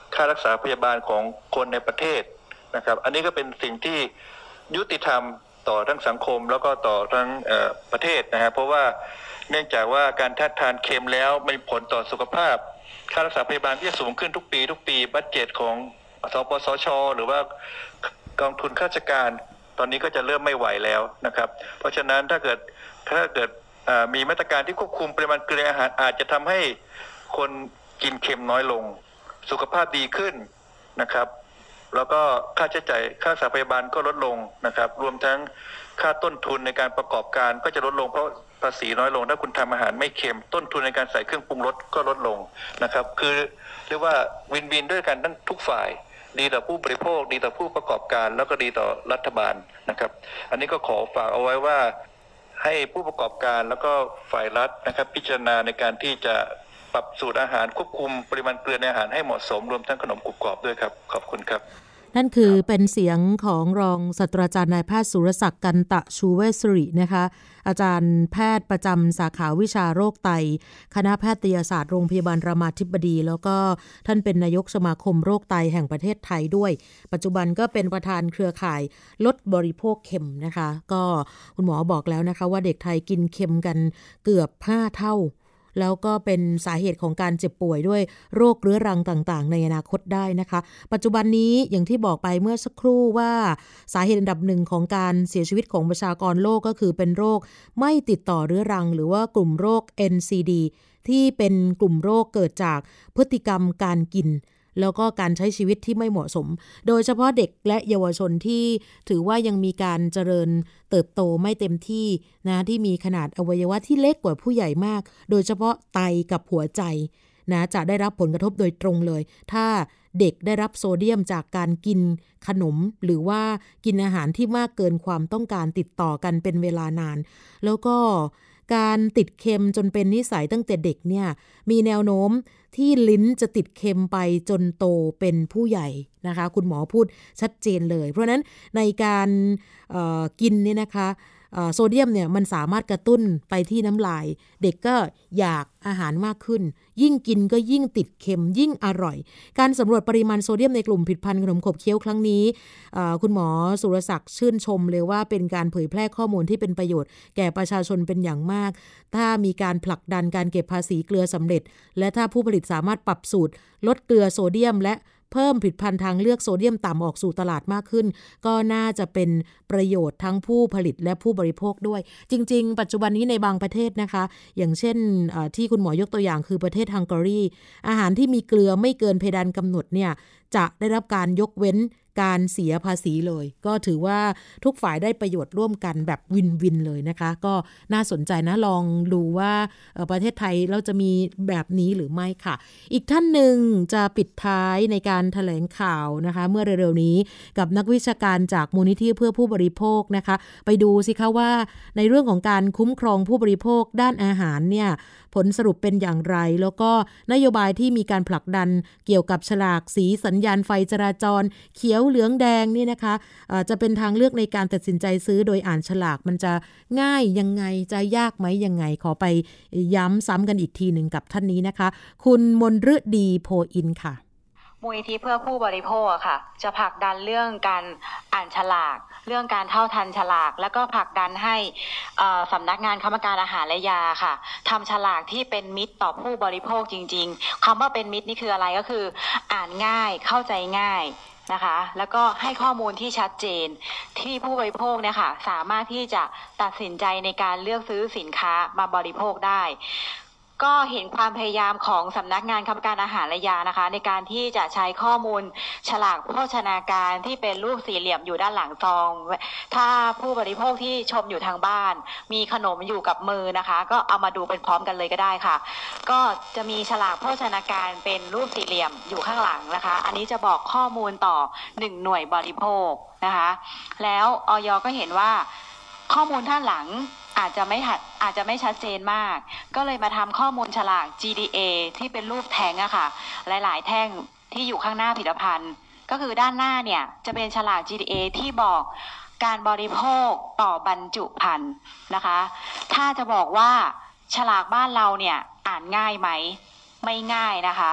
ค่ารักษาพยาบาลของคนในประเทศนะครับอันนี้ก็เป็นสิ่งที่ยุติธรรมต่อทั้งสังคมแล้วก็ต่อทั้งประเทศนะครับเพราะว่าเนื่องจากว่าการทานเค็มแล้วมีผลต่อสุขภาพค่ารักษาพยาบาลที่จะสูงขึ้นทุกปีทุกปีบัดเจ็ตของสปสช.หรือว่ากองทุนข้าราชการตอนนี้ก็จะเริ่มไม่ไหวแล้วนะครับเพราะฉะนั้นถ้าเกิดถ้าเกิดมีมาตรการที่ควบคุมปริมาณเกลืออาหารอาจจะทำให้คนกินเค็มน้อยลงสุขภาพดีขึ้นนะครับแล้วก็ค่าใช้จ่ายค่ารักษาพยาบาลก็ลดลงนะครับรวมทั้งค่าต้นทุนในการประกอบการก็จะลดลงเพราะภาษีน้อยลงถ้าคุณทำอาหารไม่เค็มต้นทุนในการใส่เครื่องปรุงรสก็ลดลงนะครับคือเรียกว่าวินวินด้วยกันทั้งทุกฝ่ายดีต่อผู้บริโภคดีต่อผู้ประกอบการแล้วก็ดีต่อรัฐบาลนะครับอันนี้ก็ขอฝากเอาไว้ว่าให้ผู้ประกอบการแล้วก็ฝ่ายรัฐนะครับพิจารณาในการที่จะปรับสูตรอาหารควบคุมปริมาณเกลือในอาหารให้เหมาะสมรวมทั้งขนมกรุบกรอบด้วยครับขอบคุณครับนั่นคือเป็นเสียงของรองศาสตราจารย์นายแพทย์สุรศักดิ์กันตะชูเวศรินะคะอาจารย์แพทย์ประจำสาขาวิชาโรคไตคณะแพทยศาสตร์โรงพยาบาลรามาธิบดีแล้วก็ท่านเป็นนายกสมาคมโรคไตแห่งประเทศไทยด้วยปัจจุบันก็เป็นประธานเครือข่ายลดบริโภคเค็มนะคะก็คุณหมอบอกแล้วนะคะว่าเด็กไทยกินเค็มกันเกือบห้าเท่าแล้วก็เป็นสาเหตุของการเจ็บป่วยด้วยโรคเรื้อรังต่างๆในอนาคตได้นะคะปัจจุบันนี้อย่างที่บอกไปเมื่อสักครู่ว่าสาเหตุอันดับหนึ่งของการเสียชีวิตของประชากรโลกก็คือเป็นโรคไม่ติดต่อเรื้อรังหรือว่ากลุ่มโรค เอ็น ซี ดี ที่เป็นกลุ่มโรคเกิดจากพฤติกรรมการกินแล้วก็การใช้ชีวิตที่ไม่เหมาะสมโดยเฉพาะเด็กและเยาวชนที่ถือว่ายังมีการเจริญเติบโตไม่เต็มที่นะที่มีขนาดอวัยวะที่เล็กกว่าผู้ใหญ่มากโดยเฉพาะไตกับหัวใจนะจะได้รับผลกระทบโดยตรงเลยถ้าเด็กได้รับโซเดียมจากการกินขนมหรือว่ากินอาหารที่มากเกินความต้องการติดต่อกันเป็นเวลานานแล้วก็การติดเค็มจนเป็นนิสัยตั้งแต่เด็กเนี่ยมีแนวโน้มที่ลิ้นจะติดเค็มไปจนโตเป็นผู้ใหญ่นะคะคุณหมอพูดชัดเจนเลยเพราะนั้นในการเอ่อกินเนี่ยนะคะโซเดียมเนี่ยมันสามารถกระตุ้นไปที่น้ำลายเด็กก็อยากอาหารมากขึ้นยิ่งกินก็ยิ่งติดเค็มยิ่งอร่อยการสำรวจปริมาณโซเดียมในกลุ่มผลิตภัณฑ์ขนมขบเคี้ยวครั้งนี้คุณหมอสุรศักดิ์ชื่นชมเลยว่าเป็นการเผยแพร่ข้อมูลที่เป็นประโยชน์แก่ประชาชนเป็นอย่างมากถ้ามีการผลักดันการเก็บภาษีเกลือสำเร็จและถ้าผู้ผลิตสามารถปรับสูตรลดเกลือโซเดียมและเพิ่มผลิตภัณฑ์ทางเลือกโซเดียมต่ำออกสู่ตลาดมากขึ้นก็น่าจะเป็นประโยชน์ทั้งผู้ผลิตและผู้บริโภคด้วยจริงๆปัจจุบันนี้ในบางประเทศนะคะอย่างเช่นที่คุณหมอยกตัวอย่างคือประเทศฮังการีอาหารที่มีเกลือไม่เกินเพดานกำหนดเนี่ยจะได้รับการยกเว้นการเสียภาษีเลยก็ถือว่าทุกฝ่ายได้ประโยชน์ร่วมกันแบบวินวินเลยนะคะก็น่าสนใจนะลองดูว่าประเทศไทยเราจะมีแบบนี้หรือไม่ค่ะอีกท่านหนึ่งจะปิดท้ายในการแถลงข่าวนะคะเมื่อเร็วๆนี้กับนักวิชาการจากมูลนิธิเพื่อผู้บริโภคนะคะไปดูสิคะว่าในเรื่องของการคุ้มครองผู้บริโภคด้านอาหารเนี่ยผลสรุปเป็นอย่างไรแล้วก็นโยบายที่มีการผลักดันเกี่ยวกับฉลากสีสัญญาณไฟจราจรเขียวเหลืองแดงนี่นะคะจะเป็นทางเลือกในการตัดสินใจซื้อโดยอ่านฉลากมันจะง่ายยังไงจะยากไหมยังไงขอไปย้ำซ้ำกันอีกทีหนึ่งกับท่านนี้นะคะคุณมนฤดีโพอินทร์ค่ะมูลนิธิเพื่อผู้บริโภคค่ะจะผลักดันเรื่องการอ่านฉลากเรื่องการเท่าทันฉลากแล้วก็ผลักดันให้สำนักงานคณะกรรมการอาหารและยาค่ะทำฉลากที่เป็นมิตรต่อผู้บริโภคจริงๆคำว่าเป็นมิตรนี่คืออะไรก็คืออ่านง่ายเข้าใจง่ายนะคะแล้วก็ให้ข้อมูลที่ชัดเจนที่ผู้บริโภคเนี่ยค่ะสามารถที่จะตัดสินใจในการเลือกซื้อสินค้ามาบริโภคได้ก็เห็นความพยายามของสำนักงานคณะกรรมการอาหารและยานะคะในการที่จะใช้ข้อมูลฉลากโภชนาการที่เป็นรูปสี่เหลี่ยมอยู่ด้านหลังซองถ้าผู้บริโภคที่ชมอยู่ทางบ้านมีขนมอยู่กับมือนะคะก็เอามาดูเป็นพร้อมกันเลยก็ได้ค่ะก็จะมีฉลากโภชนาการเป็นรูปสี่เหลี่ยมอยู่ข้างหลังนะคะอันนี้จะบอกข้อมูลต่อหนึ่งหน่วยบริโภคนะคะแล้วอย.ก็เห็นว่าข้อมูลด้านหลังอาจจะไม่อาจจะไม่ชัดเจนมากก็เลยมาทำข้อมูลฉลาก จี ดี เอ ที่เป็นรูปแท่งอะค่ะหลายๆแท่งที่อยู่ข้างหน้าผลิตภัณฑ์ก็คือด้านหน้าเนี่ยจะเป็นฉลาก จี ดี เอ ที่บอกการบริโภคต่อบรรจุภัณฑ์นะคะถ้าจะบอกว่าฉลากบ้านเราเนี่ยอ่านง่ายไหมไม่ง่ายนะคะ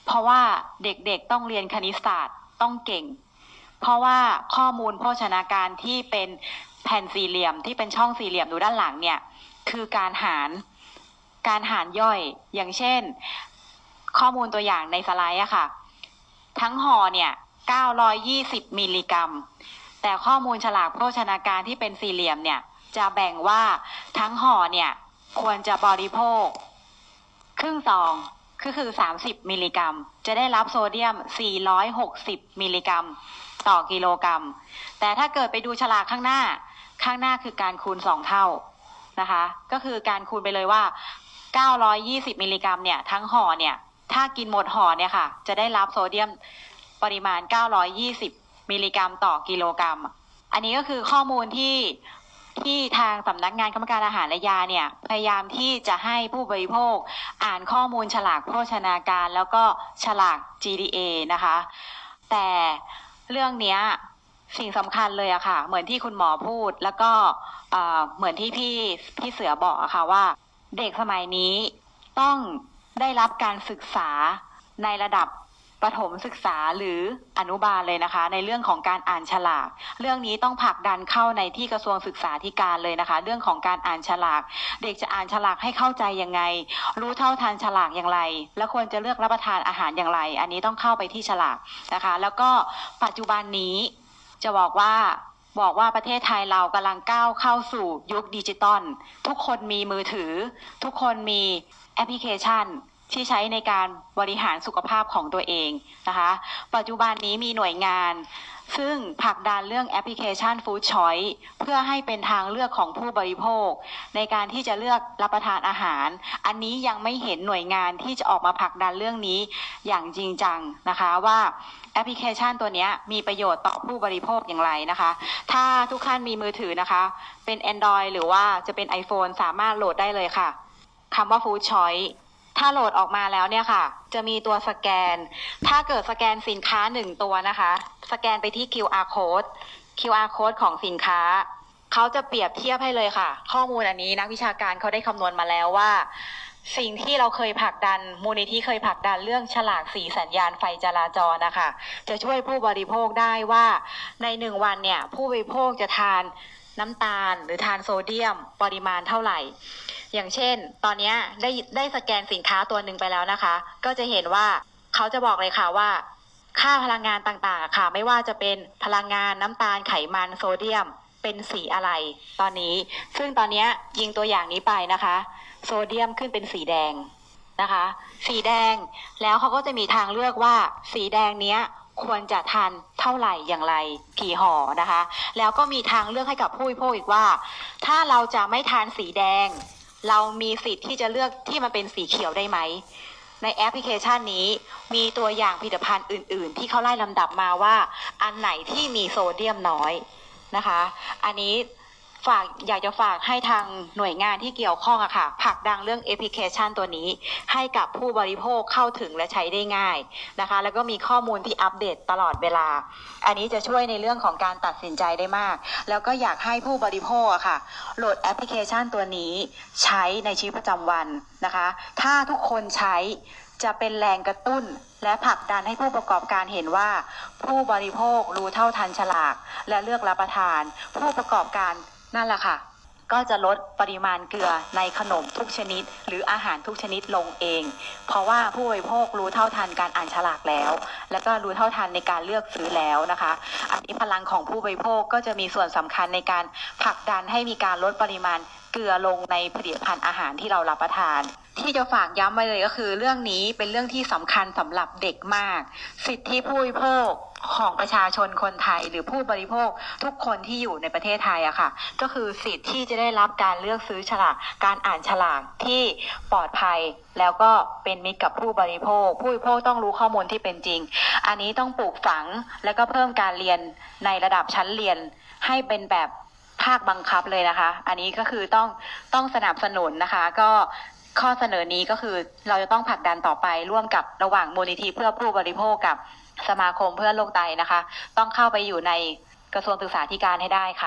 เพราะว่าเด็กๆต้องเรียนคณิตศาสตร์ต้องเก่งเพราะว่าข้อมูลโภชนาการที่เป็นแผ่นสี่เหลี่ยมที่เป็นช่องสี่เหลี่ยมดูด้านหลังเนี่ยคือการหารการหารย่อยอย่างเช่นข้อมูลตัวอย่างในสไลด์อะค่ะทั้งห่อเนี่ยเก้าร้อยยี่สิบมิลลิกรัมแต่ข้อมูลฉลากโภชนาการที่เป็นสี่เหลี่ยมเนี่ยจะแบ่งว่าทั้งห่อเนี่ยควรจะบริโภคครึ่งซองก็คือสามสิบมิลลิกรัมจะได้รับโซเดียมสี่ร้อยหกสิบมิลลิกรัมต่อกิโลกรัมแต่ถ้าเกิดไปดูฉลากข้างหน้าข้างหน้าคือการคูณสองเท่านะคะก็คือการคูณไปเลยว่าเก้าร้อยยี่สิบมิลลิกรัมเนี่ยทั้งห่อเนี่ยถ้ากินหมดห่อเนี่ยค่ะจะได้รับโซเดียมปริมาณเก้าร้อยยี่สิบมิลลิกรัมต่อกิโลกรัมอันนี้ก็คือข้อมูลที่ที่ทางสำนักงานคณะกรรมการอาหารและยาเนี่ยพยายามที่จะให้ผู้บริโภคอ่านข้อมูลฉลากโภชนาการแล้วก็ฉลาก จี ดี เอ นะคะแต่เรื่องเนี้ยสิ่งสำคัญเลยอะค่ะเหมือนที่คุณหมอพูดแล้วก็เหมือนที่พี่พี่เสือบอกอะค่ะว่าเด็กสมัยนี้ต้องได้รับการศึกษาในระดับประถมศึกษาหรืออนุบาลเลยนะคะในเรื่องของการอ่านฉลากเรื่องนี้ต้องผลักดันเข้าในที่กระทรวงศึกษาธิการเลยนะคะเรื่องของการอ่านฉลากเด็กจะอ่านฉลากให้เข้าใจยังไงรู้เท่าทันฉลากอย่างไรและควรจะเลือกรับประทานอาหารอย่างไรอันนี้ต้องเข้าไปที่ฉลากนะคะแล้วก็ปัจจุบันนี้จะบอกว่าบอกว่าประเทศไทยเรากำลังก้าวเข้าสู่ยุคดิจิตอลทุกคนมีมือถือทุกคนมีแอปพลิเคชันที่ใช้ในการบริหารสุขภาพของตัวเองนะคะปัจจุบันนี้มีหน่วยงานซึ่งผลักดันเรื่องแอปพลิเคชัน Food Choice เพื่อให้เป็นทางเลือกของผู้บริโภคในการที่จะเลือกรับประทานอาหารอันนี้ยังไม่เห็นหน่วยงานที่จะออกมาผลักดันเรื่องนี้อย่างจริงจังนะคะว่าแอปพลิเคชันตัวนี้มีประโยชน์ต่อผู้บริโภคอย่างไรนะคะถ้าทุกท่านมีมือถือนะคะเป็น Android หรือว่าจะเป็น iPhone สามารถโหลดได้เลยค่ะคำว่า Food Choiceถ้าโหลดออกมาแล้วเนี่ยค่ะจะมีตัวสแกนถ้าเกิดสแกนสินค้าหนึ่งตัวนะคะสแกนไปที่ คิว อาร์ Code คิว อาร์ Code ของสินค้าเขาจะเปรียบเทียบให้เลยค่ะข้อมูลอันนี้นักวิชาการเขาได้คำนวณมาแล้วว่าสิ่งที่เราเคยผลักดันมูลนิธิเคยผลักดันเรื่องฉลากสีสัญญาณไฟจราจรนะคะจะช่วยผู้บริโภคได้ว่าในหนึ่งวันเนี่ยผู้บริโภคจะทานน้ำตาลหรือทานโซเดียมปริมาณเท่าไหร่อย่างเช่นตอนนี้ได้ได้สแกนสินค้าตัวหนึ่งไปแล้วนะคะก็จะเห็นว่าเขาจะบอกเลยค่ะว่าค่าพลังงานต่างๆค่ะไม่ว่าจะเป็นพลังงานน้ำตาลไขมันโซเดียมเป็นสีอะไรตอนนี้ซึ่งตอนนี้ยิงตัวอย่างนี้ไปนะคะโซเดียมขึ้นเป็นสีแดงนะคะสีแดงแล้วเขาก็จะมีทางเลือกว่าสีแดงเนี้ยควรจะทานเท่าไหร่อย่างไรกี่ห่อนะคะแล้วก็มีทางเลือกให้กับผู้บริโภคอีกว่าถ้าเราจะไม่ทานสีแดงเรามีสิทธิ์ที่จะเลือกที่มันเป็นสีเขียวได้ไหมในแอปพลิเคชันนี้มีตัวอย่างผลิตภัณฑ์อื่นๆที่เขาไล่ลำดับมาว่าอันไหนที่มีโซเดียมน้อยนะคะอันนี้ฝากอยากจะฝากให้ทางหน่วยงานที่เกี่ยวข้องอะค่ะผลักดันเรื่องแอปพลิเคชันตัวนี้ให้กับผู้บริโภคเข้าถึงและใช้ได้ง่ายนะคะแล้วก็มีข้อมูลที่อัปเดตตลอดเวลาอันนี้จะช่วยในเรื่องของการตัดสินใจได้มากแล้วก็อยากให้ผู้บริโภคอะค่ะโหลดแอปพลิเคชันตัวนี้ใช้ในชีวิตประจำวันนะคะถ้าทุกคนใช้จะเป็นแรงกระตุ้นและผลักดันให้ผู้ประกอบการเห็นว่าผู้บริโภครู้เท่าทันฉลากและเลือกรับประทานผู้ประกอบการนั่นแหละค่ะก็จะลดปริมาณเกลือในขนมทุกชนิดหรืออาหารทุกชนิดลงเองเพราะว่าผู้บริโภครู้เท่าทันการอ่านฉลากแล้วแล้วก็รู้เท่าทันในการเลือกซื้อแล้วนะคะอันนี้พลังของผู้บริโภคก็จะมีส่วนสำคัญในการผลักดันให้มีการลดปริมาณเกลือลงในผลิตภัณฑ์อาหารที่เรารับประทานที่จะฝากย้ำไว้เลยก็คือเรื่องนี้เป็นเรื่องที่สำคัญสำหรับเด็กมากสิทธิผู้บริโภคของประชาชนคนไทยหรือผู้บริโภคทุกคนที่อยู่ในประเทศไทยอะค่ะก็คือสิทธิที่จะได้รับการเลือกซื้อฉลากการอ่านฉลากที่ปลอดภัยแล้วก็เป็นมิตรกับผู้บริโภคผู้บริโภคต้องรู้ข้อมูลที่เป็นจริงอันนี้ต้องปลูกฝังแล้วก็เพิ่มการเรียนในระดับชั้นเรียนให้เป็นแบบภาคบังคับเลยนะคะอันนี้ก็คือต้องต้องสนับสนุนนะคะก็ข้อเสนอนี้ก็คือเราจะต้องผลักดันต่อไปร่วมกับระหว่างมูลนิธิเพื่อผู้บริโภคกับสมาคมเพื่อโรคไตนะคะต้องเข้าไปอยู่ในกระทรวงศึกษาธิการให้ได้ค่ะ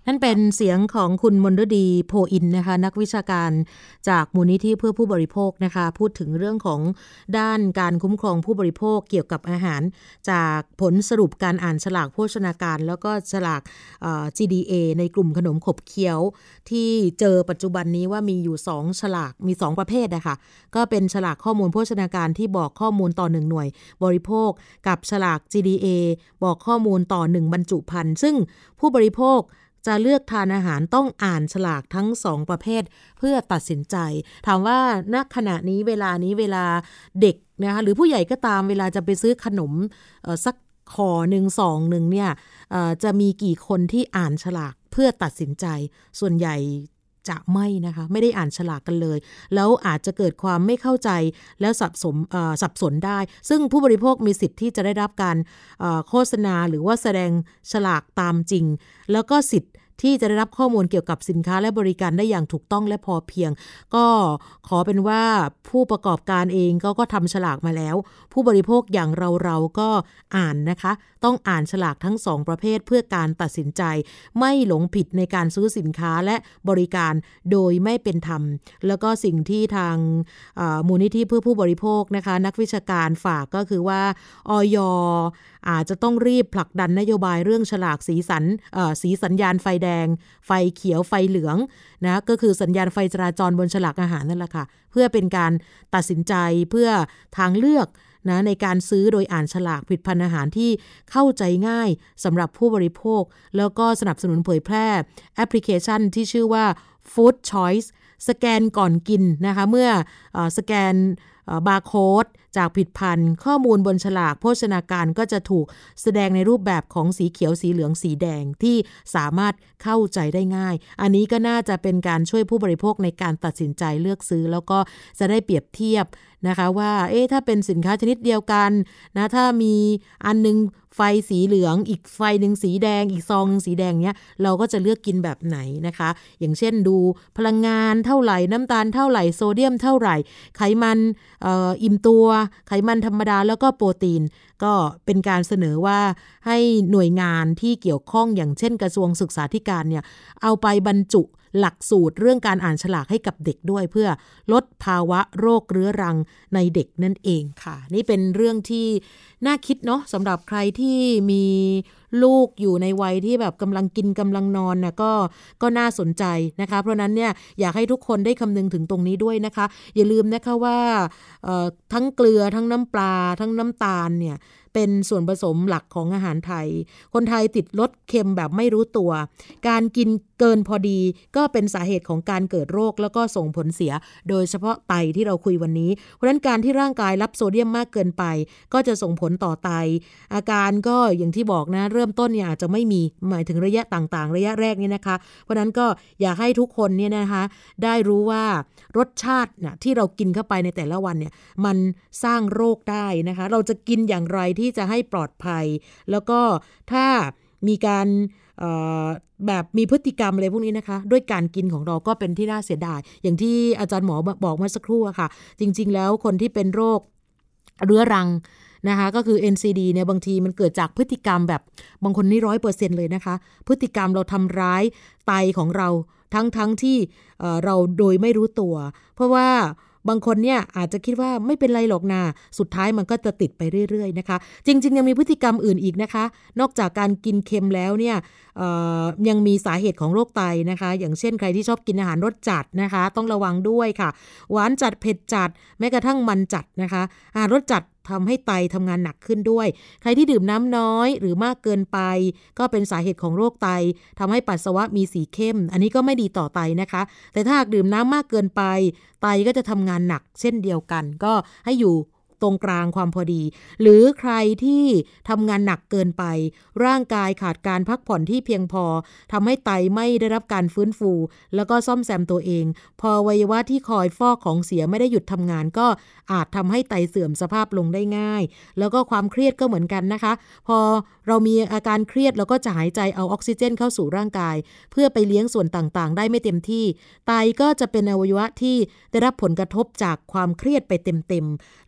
นั่นเป็นเสียงของคุณมนฤดีโพอินนะคะนักวิชาการจากมูลนิธิเพื่อผู้บริโภคนะคะพูดถึงเรื่องของด้านการคุ้มครองผู้บริโภคเกี่ยวกับอาหารจากผลสรุปการอ่านฉลากโภชนาการแล้วก็ฉลาก จี ดี เอ ในกลุ่มขนมขบเคี้ยวที่เจอปัจจุบันนี้ว่ามีอยู่สองฉลากมีสองประเภทนะคะก็เป็นฉลากข้อมูลโภชนาการที่บอกข้อมูลต่อหนึ่งหน่วยบริโภคกับฉลาก จี ดี เอ บอกข้อมูลต่อหนึ่งบรรจุภัณฑ์ซึ่งผู้บริโภคจะเลือกทานอาหารต้องอ่านฉลากทั้งสองประเภทเพื่อตัดสินใจถามว่าณขณะนี้เวลานี้เวลาเด็กนะคะหรือผู้ใหญ่ก็ตามเวลาจะไปซื้อขนมสักขอหนึ่งสองหนึ่งเนี่ยจะมีกี่คนที่อ่านฉลากเพื่อตัดสินใจส่วนใหญ่จะไม่นะคะไม่ได้อ่านฉลากกันเลยแล้วอาจจะเกิดความไม่เข้าใจแล้วสับสนสับสนได้ซึ่งผู้บริโภคมีสิทธิ์ที่จะได้รับการโฆษณาหรือว่าแสดงฉลากตามจริงแล้วก็สิทธิ์ที่จะได้รับข้อมูลเกี่ยวกับสินค้าและบริการได้อย่างถูกต้องและพอเพียงก็ขอเป็นว่าผู้ประกอบการเองก็ก็ทำฉลากมาแล้วผู้บริโภคอย่างเราเราก็อ่านนะคะต้องอ่านฉลากทั้งสองประเภทเพื่อการตัดสินใจไม่หลงผิดในการซื้อสินค้าและบริการโดยไม่เป็นธรรมแล้วก็สิ่งที่ทางมูลนิธิเพื่อผู้บริโภคนะคะนักวิชาการฝากก็คือว่าอย.อาจจะต้องรีบผลักดันนโยบายเรื่องฉลากสีสันสีสัญญาณไฟแดงไฟเขียวไฟเหลืองนะก็คือสัญญาณไฟจราจรบนฉลากอาหารนั่นแหละค่ะเพื่อเป็นการตัดสินใจเพื่อทางเลือกนะในการซื้อโดยอ่านฉลากผลิตภัณฑ์อาหารที่เข้าใจง่ายสำหรับผู้บริโภคแล้วก็สนับสนุนเผยแพร่แอปพลิเคชันที่ชื่อว่า Food Choice สแกนก่อนกินนะคะเมื่อเอ่อสแกนบาร์โค้ดจากผลิตภัณฑ์ข้อมูลบนฉลากโภชนาการก็จะถูกแสดงในรูปแบบของสีเขียวสีเหลืองสีแดงที่สามารถเข้าใจได้ง่ายอันนี้ก็น่าจะเป็นการช่วยผู้บริโภคในการตัดสินใจเลือกซื้อแล้วก็จะได้เปรียบเทียบนะคะว่าเอ๊ะถ้าเป็นสินค้าชนิดเดียวกันนะถ้ามีอันนึงไฟสีเหลืองอีกไฟนึงสีแดงอีกซองนึงสีแดงเนี้ยเราก็จะเลือกกินแบบไหนนะคะอย่างเช่นดูพลังงานเท่าไหร่น้ำตาลเท่าไหร่โซเดียมเท่าไหร่ไขมันเอ่ออิ่มตัวไขมันธรรมดาแล้วก็โปรตีนก็เป็นการเสนอว่าให้หน่วยงานที่เกี่ยวข้องอย่างเช่นกระทรวงศึกษาธิการเนี่ยเอาไปบรรจุหลักสูตรเรื่องการอ่านฉลากให้กับเด็กด้วยเพื่อลดภาวะโรคเรื้อรังในเด็กนั่นเองค่ะนี่เป็นเรื่องที่น่าคิดเนาะสำหรับใครที่มีลูกอยู่ในวัยที่แบบกำลังกินกำลังนอนนะก็ก็น่าสนใจนะคะเพราะนั้นเนี่ยอยากให้ทุกคนได้คำนึงถึงตรงนี้ด้วยนะคะอย่าลืมนะคะว่าทั้งเกลือทั้งน้ำปลาทั้งน้ำตาลเนี่ยเป็นส่วนผสมหลักของอาหารไทยคนไทยติดรสเค็มแบบไม่รู้ตัวการกินเกินพอดีก็เป็นสาเหตุของการเกิดโรคแล้วก็ส่งผลเสียโดยเฉพาะไตที่เราคุยวันนี้เพราะฉะนั้นการที่ร่างกายรับโซเดียมมากเกินไปก็จะส่งผลต่อไตอาการก็อย่างที่บอกนะเริ่มต้นเนี่ยอาจจะไม่มีหมายถึงระยะต่างๆระยะแรกนี่นะคะเพราะฉะนั้นก็อยากให้ทุกคนเนี่ยนะคะได้รู้ว่ารสชาตินะที่เรากินเข้าไปในแต่ละวันเนี่ยมันสร้างโรคได้นะคะเราจะกินอย่างไรที่จะให้ปลอดภัยแล้วก็ถ้ามีการแบบมีพฤติกรรมอะไรพวกนี้นะคะด้วยการกินของเราก็เป็นที่น่าเสียดายอย่างที่อาจารย์หมอบอกเมื่อสักครู่อะค่ะจริงๆแล้วคนที่เป็นโรคเรื้อรังนะคะก็คือ เอ็น ซี ดี เนี่ยบางทีมันเกิดจากพฤติกรรมแบบบางคนนี่ ร้อยเปอร์เซ็นต์ เลยนะคะพฤติกรรมเราทำร้ายไตของเราทั้งๆ ท, ที่เราโดยไม่รู้ตัวเพราะว่าบางคนเนี่ยอาจจะคิดว่าไม่เป็นไรหรอกนะสุดท้ายมันก็จะติดไปเรื่อยๆนะคะจริงๆยังมีพฤติกรรมอื่นอีกนะคะนอกจากการกินเค็มแล้วเนี่ยยังมีสาเหตุของโรคไตนะคะอย่างเช่นใครที่ชอบกินอาหารรสจัดนะคะต้องระวังด้วยค่ะหวานจัดเผ็ดจัดแม้กระทั่งมันจัดนะคะอาหารรสจัดทำให้ไตทำงานหนักขึ้นด้วยใครที่ดื่มน้ำน้อยหรือมากเกินไปก็เป็นสาเหตุของโรคไตทำให้ปัสสาวะมีสีเข้มอันนี้ก็ไม่ดีต่อไตนะคะแต่ถ้าหากดื่มน้ำมากเกินไปไตก็จะทำงานหนักเช่นเดียวกันก็ให้อยู่ตรงกลางความพอดีหรือใครที่ทำงานหนักเกินไปร่างกายขาดการพักผ่อนที่เพียงพอทำให้ไตไม่ได้รับการฟื้นฟูแล้วก็ซ่อมแซมตัวเองพออวัยวะที่คอยฟอกของเสียไม่ได้หยุดทำงานก็อาจทำให้ไตเสื่อมสภาพลงได้ง่ายแล้วก็ความเครียดก็เหมือนกันนะคะพอเรามีอาการเครียดเราก็จะหายใจเอาออกซิเจนเข้าสู่ร่างกายเพื่อไปเลี้ยงส่วนต่างๆได้ไม่เต็มที่ไตก็จะเป็นอวัยวะที่ได้รับผลกระทบจากความเครียดไปเต็มๆแล้วก็อย่า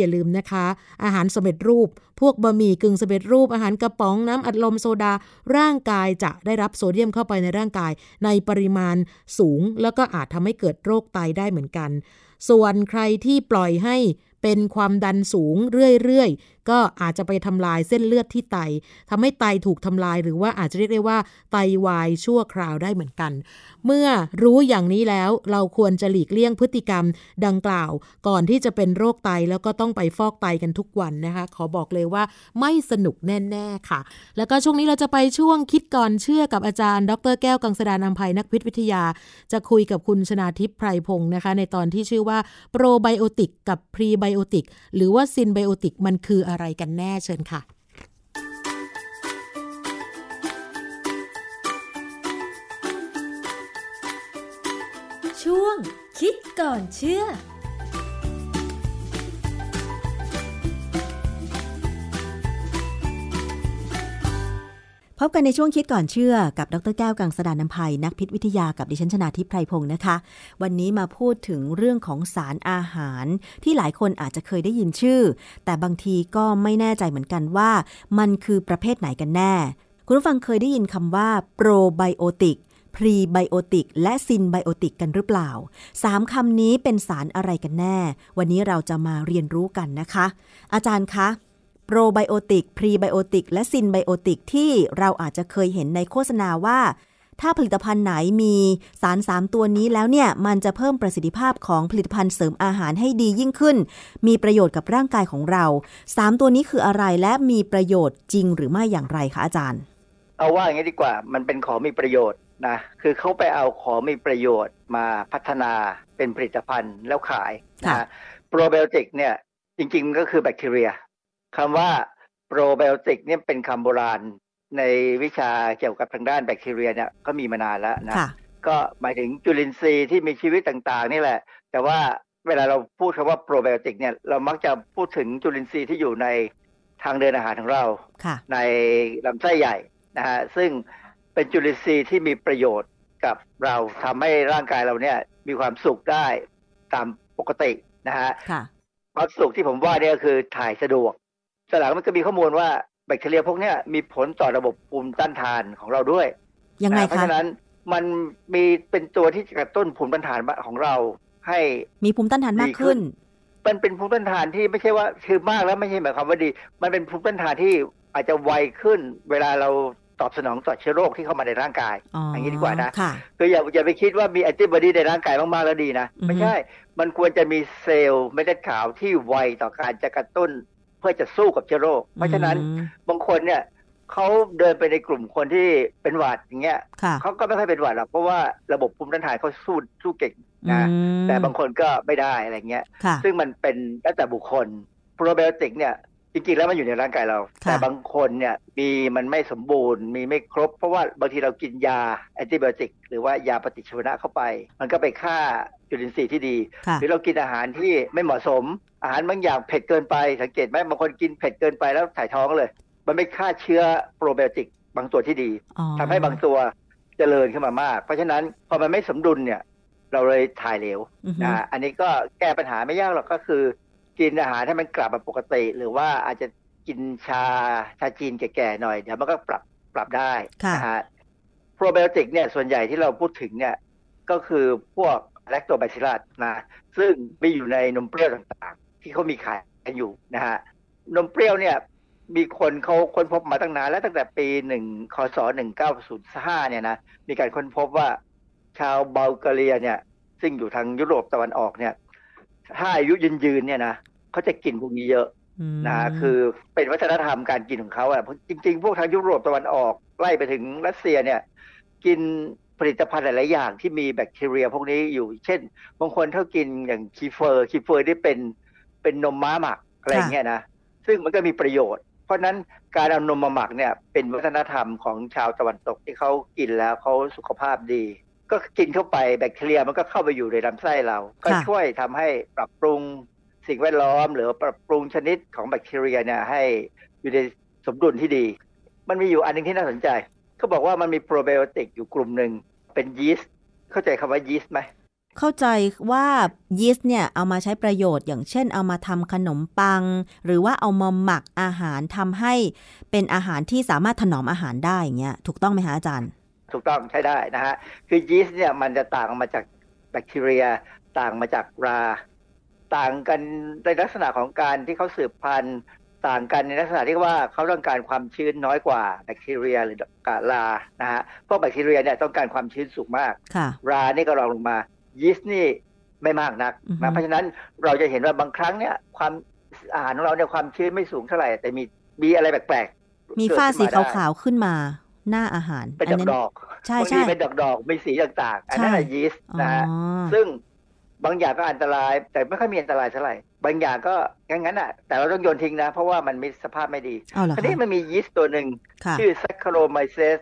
อย่าลืมนะคะอาหารสำเร็จรูปพวกบะหมี่กึ่งสำเร็จรูปอาหารกระป๋องน้ำอัดลมโซดาร่างกายจะได้รับโซเดียมเข้าไปในร่างกายในปริมาณสูงแล้วก็อาจทำให้เกิดโรคไตได้เหมือนกันส่วนใครที่ปล่อยให้เป็นความดันสูงเรื่อยๆก็อาจจะไปทำลายเส้นเลือดที่ไตทำให้ไตถูกทำลายหรือว่าอาจจะเรียกได้ว่าไตวายชั่วคราวได้เหมือนกันเมื่อรู้อย่างนี้แล้วเราควรจะหลีกเลี่ยงพฤติกรรมดังกล่าวก่อนที่จะเป็นโรคไตแล้วก็ต้องไปฟอกไตกันทุกวันนะคะขอบอกเลยว่าไม่สนุกแน่ๆค่ะแล้วก็ช่วงนี้เราจะไปช่วงคิดก่อนเชื่อกับอาจารย์ดรแก้วกังสดาลอำไพนักพิษวิทยาจะคุยกับคุณชนาทิพย์ไพรพงศ์นะคะในตอนที่ชื่อว่าโปรไบโอติกกับพรีไบโอติกหรือว่าซินไบโอติกมันคืออะไรกันแน่เชิญค่ะช่วงคิดก่อนเชื่อพบกันในช่วงคิดก่อนเชื่อกับดรแก้วกังสดาลอำไพนักพิษวิทยากับดิฉันชนาทิพย์ไพรพงศ์นะคะวันนี้มาพูดถึงเรื่องของสารอาหารที่หลายคนอาจจะเคยได้ยินชื่อแต่บางทีก็ไม่แน่ใจเหมือนกันว่ามันคือประเภทไหนกันแน่คุณผู้ฟังเคยได้ยินคำว่าโปรไบโอติกพรีไบโอติกและซินไบโอติกกันหรือเปล่าสามคำนี้เป็นสารอะไรกันแน่วันนี้เราจะมาเรียนรู้กันนะคะอาจารย์คะโปรไบโอติกพรีไบโอติกและซินไบโอติกที่เราอาจจะเคยเห็นในโฆษณาว่าถ้าผลิตภัณฑ์ไหนมีสารสามตัวนี้แล้วเนี่ยมันจะเพิ่มประสิทธิภาพของผลิตภัณฑ์เสริมอาหารให้ดียิ่งขึ้นมีประโยชน์กับร่างกายของเราสามตัวนี้คืออะไรและมีประโยชน์จริงหรือไม่อย่างไรคะอาจารย์เอาว่าอย่างนี้ดีกว่ามันเป็นของมีประโยชน์นะคือเขาไปเอาของมีประโยชน์มาพัฒนาเป็นผลิตภัณฑ์แล้วขายนะโปรไบโอติกเนี่ยจริงๆก็คือแบคทีเรียคำว่าโปรไบโอติกเนี่ยเป็นคำโบราณในวิชาเกี่ยวกับทางด้านแบคทีเรียเนี่ยก็มีมานานแล้วนะก็หมายถึงจุลินทรีย์ที่มีชีวิตต่างๆนี่แหละแต่ว่าเวลาเราพูดคำว่าโปรไบโอติกเนี่ยเรามักจะพูดถึงจุลินทรีย์ที่อยู่ในทางเดินอาหารของเราในลำไส้ใหญ่นะฮะซึ่งเป็นจุลินทรีย์ที่มีประโยชน์กับเราทำให้ร่างกายเราเนี่ยมีความสุขได้ตามปกตินะฮะความสุขที่ผมว่าเนี่ยก็คือถ่ายสะดวกสลังมันก็มีข้อมูลว่าแบคทีเรียพวกนี้มีผลต่อระบบภูมิต้านทานของเราด้วยยังไงคะเพราะฉะนั้นมันมีเป็นตัวที่กระตุ้นภูมิต้านทานของเราให้มีภูมิต้านทานมากขึ้นมันเป็นภูมิต้านทานที่ไม่ใช่ว่าคือมากแล้วไม่ใช่หมายความว่าดีมันเป็นภูมิต้านทานที่อาจจะไวขึ้นเวลาเราตอบสนองต่อเชื้อโรคที่เข้ามาในร่างกาย อ, อย่างนี้ดีกว่านะคืออย่าอย่าไปคิดว่ามีแอนติบอดีในร่างกายมากๆแล้วดีนะไม่ใช่มันควรจะมีเซลล์เม็ดเลือดขาวที่ไวต่อการจะกระตุ้นเพื่อจะสู้กับเชื้อโรคเพราะฉะนั้นบางคนเนี่ยเขาเดินไปในกลุ่มคนที่เป็นหวัดอย่างเงี้ยเขาก็ไม่ค่อยเป็นหวัดหรอกเพราะว่าระบบภูมิต้านทานเขาสู้สู้เก่งนะแต่บางคนก็ไม่ได้อะไรเงี้ยซึ่งมันเป็นแล้วแต่บุคคลโปรไบโอติกเนี่ยจริงๆแล้วมันอยู่ในร่างกายเราแต่บางคนเนี่ยมีมันไม่สมบูรณ์มีไม่ครบเพราะว่าบางทีเรากินยาแอนติไบโอติกหรือว่ายาปฏิชีวนะเข้าไปมันก็ไปฆ่าจุลินทรีย์ที่ดีหรือเรากินอาหารที่ไม่เหมาะสมอาหารบางอย่างเผ็ดเกินไปสังเกตไหมบางคนกินเผ็ดเกินไปแล้วถ่ายท้องเลยมันไม่ฆ่าเชื้อโปรไบโอติกบางตัวที่ดีทำให้บางตัวเจริญขึ้นมามากเพราะฉะนั้นพอมันไม่สมดุลเนี่ยเราเลยถ่ายเหลวนะอันนี้ก็แก้ปัญหาไม่ยากหรอกก็คือกินอาหารให้มันกลับมาปกติหรือว่าอาจจะกินชาชาจีนแก่ๆหน่อยเดี๋ยวมันก็ปรับปรับได้นะฮะโปรไบโอติกเนี่ยส่วนใหญ่ที่เราพูดถึงเนี่ยก็คือพวกแลคโตแบซิลลัสนะซึ่งมีอยู่ในนมเปรี้ยวต่างๆที่เขามีขายกันอยู่นะฮะนมเปรี้ยวเนี่ยมีคนเขาค้นพบมาตั้งนานแล้วตั้งแต่ปีหนึ่งคศหนึ่งเก้าศูนย์ห้าเนี่ยนะมีการค้นพบว่าชาวบัลแกเรียเนี่ยซึ่งอยู่ทางยุโรปตะวันออกเนี่ยถ้าอายุยืนๆเนี่ยนะเขาจะกินพวกนี้เยอะนะคือเป็นวัฒนธรรมการกินของเขาอ่ะจริงๆพวกทางยุโรปตะวันออกไล่ไปถึงรัสเซียเนี่ยกินผลิตภัณฑ์หลายๆอย่างที่มีแบคทีเรียพวกนี้อยู่เช่นบางคนเขากินอย่างคีเฟอร์คีเฟอร์ที่เป็นเป็นนมม้าหมักอะไรเงี้ยนะซึ่งมันก็มีประโยชน์เพราะนั้นการเอานมมาหมักเนี่ยเป็นวัฒนธรรมของชาวตะวันตกที่เขากินแล้วเขาสุขภาพดีก็กินเข้าไปแบคทีเรียมันก็เข้าไปอยู่ในลำไส้เราก็ช่วยทำให้ปรับปรุงสิ่งแวดล้อมหรือปรับปรุงชนิดของแบคทีเรียเนี่ยให้อยู่ในสมดุลที่ดีมันมีอยู่อันนึงที่น่าสนใจเขาบอกว่ามันมีโปรไบโอติกอยู่กลุ่มหนึ่งเป็นยีสต์เข้าใจคำว่ายีสต์ไหมเข้าใจว่ายีสต์เนี่ยเอามาใช้ประโยชน์อย่างเช่นเอามาทำขนมปังหรือว่าเอามาหมักอาหารทำให้เป็นอาหารที่สามารถถนอมอาหารได้อย่างเงี้ยถูกต้องไหมคะอาจารย์ถูกต้องใช้ได้นะฮะคือยีสต์เนี่ยมันจะต่างมาจากแบคทีเรียต่างมาจากราต่างกันในลักษณะของการที่เขาสืบพันธุ์ต่างกันในลักษณะที่ว่าเขาต้องการความชื้นน้อยกว่าแบคทีเรียหรือการานะฮะเพราะแบคทีเรียเนี่ยต้องการความชื้นสูงมากรานี่ก็รองลงมายีสต์นี่ไม่มากนักนะเพราะฉะนั้นเราจะเห็นว่าบางครั้งเนี่ยความอาหารของเราเนี่ยความชื้นไม่สูงเท่าไหร่แต่มีมีอะไรแปลกๆมีฝ้าสีขาวๆขึ้นมาหน้าอาหารเป็นดอกๆใช่ใช่เป็นดอกๆมีสีต่างๆอันนั้นคือยีสต์นะฮะซึ่งบางอย่างก็อันตรายแต่ไม่ค่อยมีอันตรายเท่าไหร่บางอย่างก็งั้นๆอ่ะแต่เราต้องโยนทิ้งนะเพราะว่ามันมีสภาพไม่ดีอันนี้มันมียีสต์ตัวหนึ่งชื่อ Saccharomyces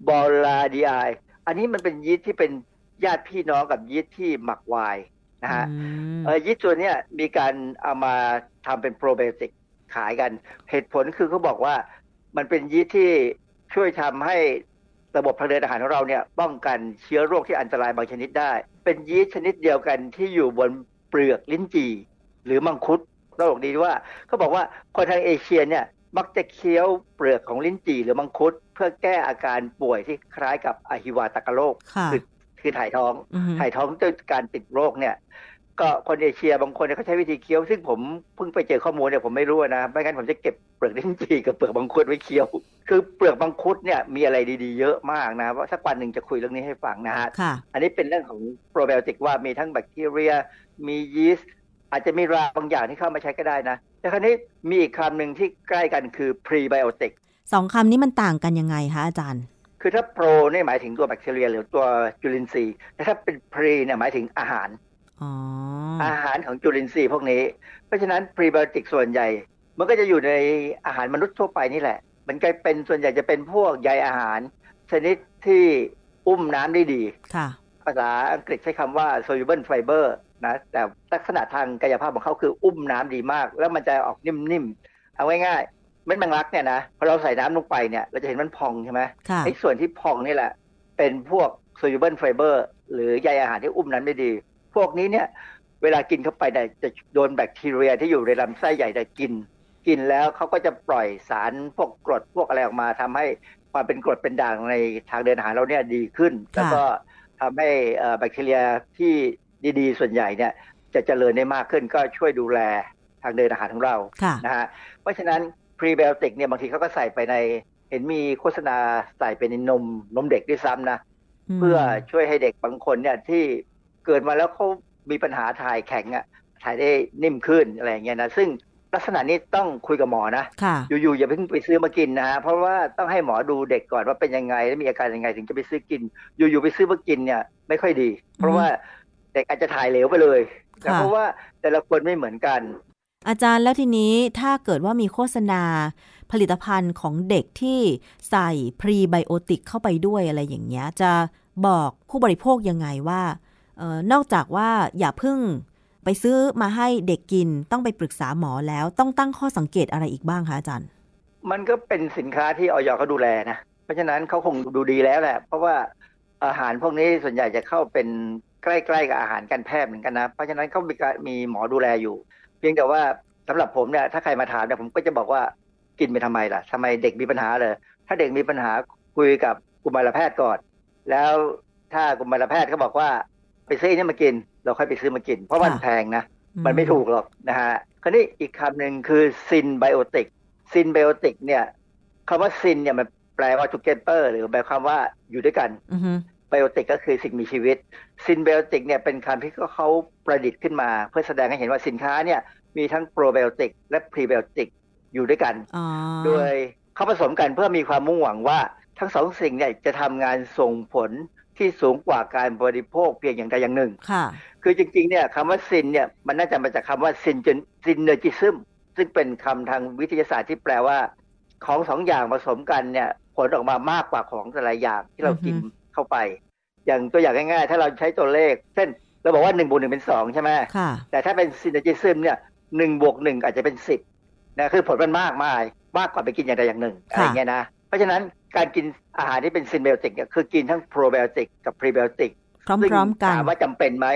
boulardii อันนี้มันเป็นยีสต์ที่เป็นญาติพี่น้องกับยีสต์ที่หมักไวน์นะฮะเออยีสต์ตัวเนี้ยมีการเอามาทำเป็นโปรไบโอติกขายกันเหตุผลคือเขาบอกว่ามันเป็นยีสต์ที่ช่วยทำให้ระบบทางเดินอาหารของเราเนี่ยป้องกันเชื้อโรคที่อันตรายบางชนิดได้เป็นยีสต์ชนิดเดียวกันที่อยู่บนเปลือกลิ้นจี่หรือมังคุดเราบอกดีว่าเขาบอกว่าคนทางเอเชียเนี่ยมักจะเคี้ยวเปลือกของลิ้นจี่หรือมังคุดเพื่อแก้อาการป่วยที่คล้ายกับอหิวาตกโรคคือคือถ่ายท้องถ่ายท้องด้วยการติดโรคเนี่ยก็คนเอเชียบางคนเขาใช้วิธีเคี้ยวซึ่งผมเพิ่งไปเจอข้อมูลเนี่ยผมไม่รู้นะไม่งั้นผมจะเก็บเปลือกลิ้นจี่กับเปลือกมังคุดไว้เคี้ยวคือเปลือกมังคุดเนี่ยมีอะไรดีๆเยอะมากนะว่าสักวันหนึ่งจะคุยเรื่องนี้ให้ฟังนะฮะอันนี้เป็นเรื่องของโปรไบโอติกว่ามีทั้งแบคทีเรียมียีสต์อาจจะมีราบางอย่างที่เข้ามาใช้ก็ได้นะแต่คราวนี้มีอีกคำหนึ่งที่ใกล้กันคือพรีไบโอติกสองคำนี้มันต่างกันยังไงคะอาจารย์คือถ้าโปรนี่หมายถึงตัวแบคทีเรียหรือตัวจุลินทรีย์แต่ถ้าเป็นพรีเนี่ยหมายถึงอาหารอ๋ออาหารของจุลินทรีย์พวกนี้เพราะฉะนั้นพรีไบโอติกส่วนใหญ่มันก็จะอยู่ในอาหารมนุษย์ทั่วไปนี่แหละมันก็เป็นส่วนใหญ่จะเป็นพวกใยอาหารชนิดที่อุ้มน้ำได้ดีภาษาอังกฤษใช้คำว่า soluble fiber นะแต่ลักษณะทางกายภาพของเขาคืออุ้มน้ำดีมากแล้วมันจะออกนิ่มๆเอาง่ายๆเม็ดแมงลักเนี่ยนะพอเราใส่น้ำลงไปเนี่ยเราจะเห็นมันพองใช่ไหมไอ้ส่วนที่พองนี่แหละเป็นพวก soluble fiber หรือใยอาหารที่อุ้มน้ำได้ดีพวกนี้เนี่ยเวลากินเข้าไปเนี่ยจะโดนแบคทีเรียที่อยู่ในลำไส้ใหญ่ได้กินกินแล้วเขาก็จะปล่อยสารพวกกรดพวกอะไรออกมาทำให้ความเป็นกรดเป็นด่างในทางเดินอาหารเราเนี่ยดีขึ้นแล้วก็ทำให้แบคทีเรียที่ดีๆส่วนใหญ่เนี่ยจะเจริญได้มากขึ้นก็ช่วยดูแลทางเดินอาหารของเรานะฮะเพราะฉะนั้นพรีไบโอติกเนี่ยบางทีเขาก็ใส่ไปในเห็นมีโฆษณาใส่ไปในนมนมเด็กด้วยซ้ำนะเพื่อช่วยให้เด็กบางคนเนี่ยที่เกิดมาแล้วเขามีปัญหาถ่ายแข็งอ่ะถ่ายได้นิ่มขึ้นอะไรอย่างเงี้ยนะซึ่งลักษณะนี้ต้องคุยกับหมอนะอยู่ๆอย่าเพิ่งไปซื้อมากินนะฮะเพราะว่าต้องให้หมอดูเด็กก่อนว่าเป็นยังไงและมีอาการยังไงถึงจะไปซื้อกินอยู่ๆไปซื้อมากินเนี่ยไม่ค่อยดีเพราะว่าเด็กอาจจะถ่ายเหลวไปเลยเพราะว่าแต่ละคนไม่เหมือนกันอาจารย์แล้วทีนี้ถ้าเกิดว่ามีโฆษณาผลิตภัณฑ์ของเด็กที่ใส่พรีไบโอติกเข้าไปด้วยอะไรอย่างเงี้ยจะบอกผู้บริโภคยังไงว่าเอ่อนอกจากว่าอย่าเพิ่งไปซื้อมาให้เด็กกินต้องไปปรึกษาหมอแล้วต้องตั้งข้อสังเกตอะไรอีกบ้างคะอาจารย์มันก็เป็นสินค้าที่อย.เขาดูแลนะเพราะฉะนั้นเขาคงดูดีแล้วแหละเพราะว่าอาหารพวกนี้ส่วนใหญ่จะเข้าเป็นใกล้ๆกับอาหารการแพทย์เหมือนกันนะเพราะฉะนั้นเขามีมีหมอดูแลอยู่เพียงแต่ว่าสำหรับผมเนี่ยถ้าใครมาถามเนี่ยผมก็จะบอกว่ากินไปทำไมล่ะทำไมเด็กมีปัญหาเลยถ้าเด็กมีปัญหาคุยกับกุมารแพทย์ก่อนแล้วถ้ากุมารแพทย์เขาบอกว่าไปซื้อนี่มากินเราค่อยไปซื้อมากินเพราะมันแพงนะมันไม่ถูกหรอกนะฮะคราวนี้อีกคำหนึ่งคือซินไบโอติกซินไบโอติกเนี่ยคำว่าซินเนี่ยมันแปลว่า together หรือแปลความว่าอยู่ด้วยกันไบโอติกก็คือสิ่งมีชีวิตซินไบโอติกเนี่ยเป็นคำที่เขาประดิษฐ์ขึ้นมาเพื่อแสดงให้เห็นว่าสินค้าเนี่ยมีทั้งโปรไบโอติกและพรีไบโอติกอยู่ด้วยกันโดยเขาผสมกันเพื่อมีความมุ่งหวังว่าทั้งสองสิ่งเนี่ยจะทำงานส่งผลที่สูงกว่าการบริโภคเพียงอย่างใดอย่างหนึ่งคือจริงๆเนี่ยคำว่าซินเนี่ยมันน่าจะมาจากคำว่าซินซินเนอร์จิซึมซึ่งเป็นคำทางวิทยาศาสตร์ที่แปลว่าของสองอย่างผสมกันเนี่ยผลออกมามากกว่าของแต่ละอย่างที่เรากินเข้าไปอย่างตัวอย่างง่ายๆถ้าเราใช้ตัวเลขเช่นเราบอกว่าหนึ่งบวกหนึ่งเป็นสองใช่ไหมแต่ถ้าเป็นซินเนอร์จิซึมเนี่ยหนึ่งบวกหนึ่งอาจจะเป็นสิบนะคือผลมันมากมายมากกว่าไปกินอย่างใดอย่างหนึ่งอะไรเงี้ยนะเพราะฉะนั้นการกินอาหารที่เป็นซินไบโอติกเนี่ยคือกินทั้งโปรไบโอติกกับพรีไบโอติกพร้อมๆกันถามว่าจำเป็นไหม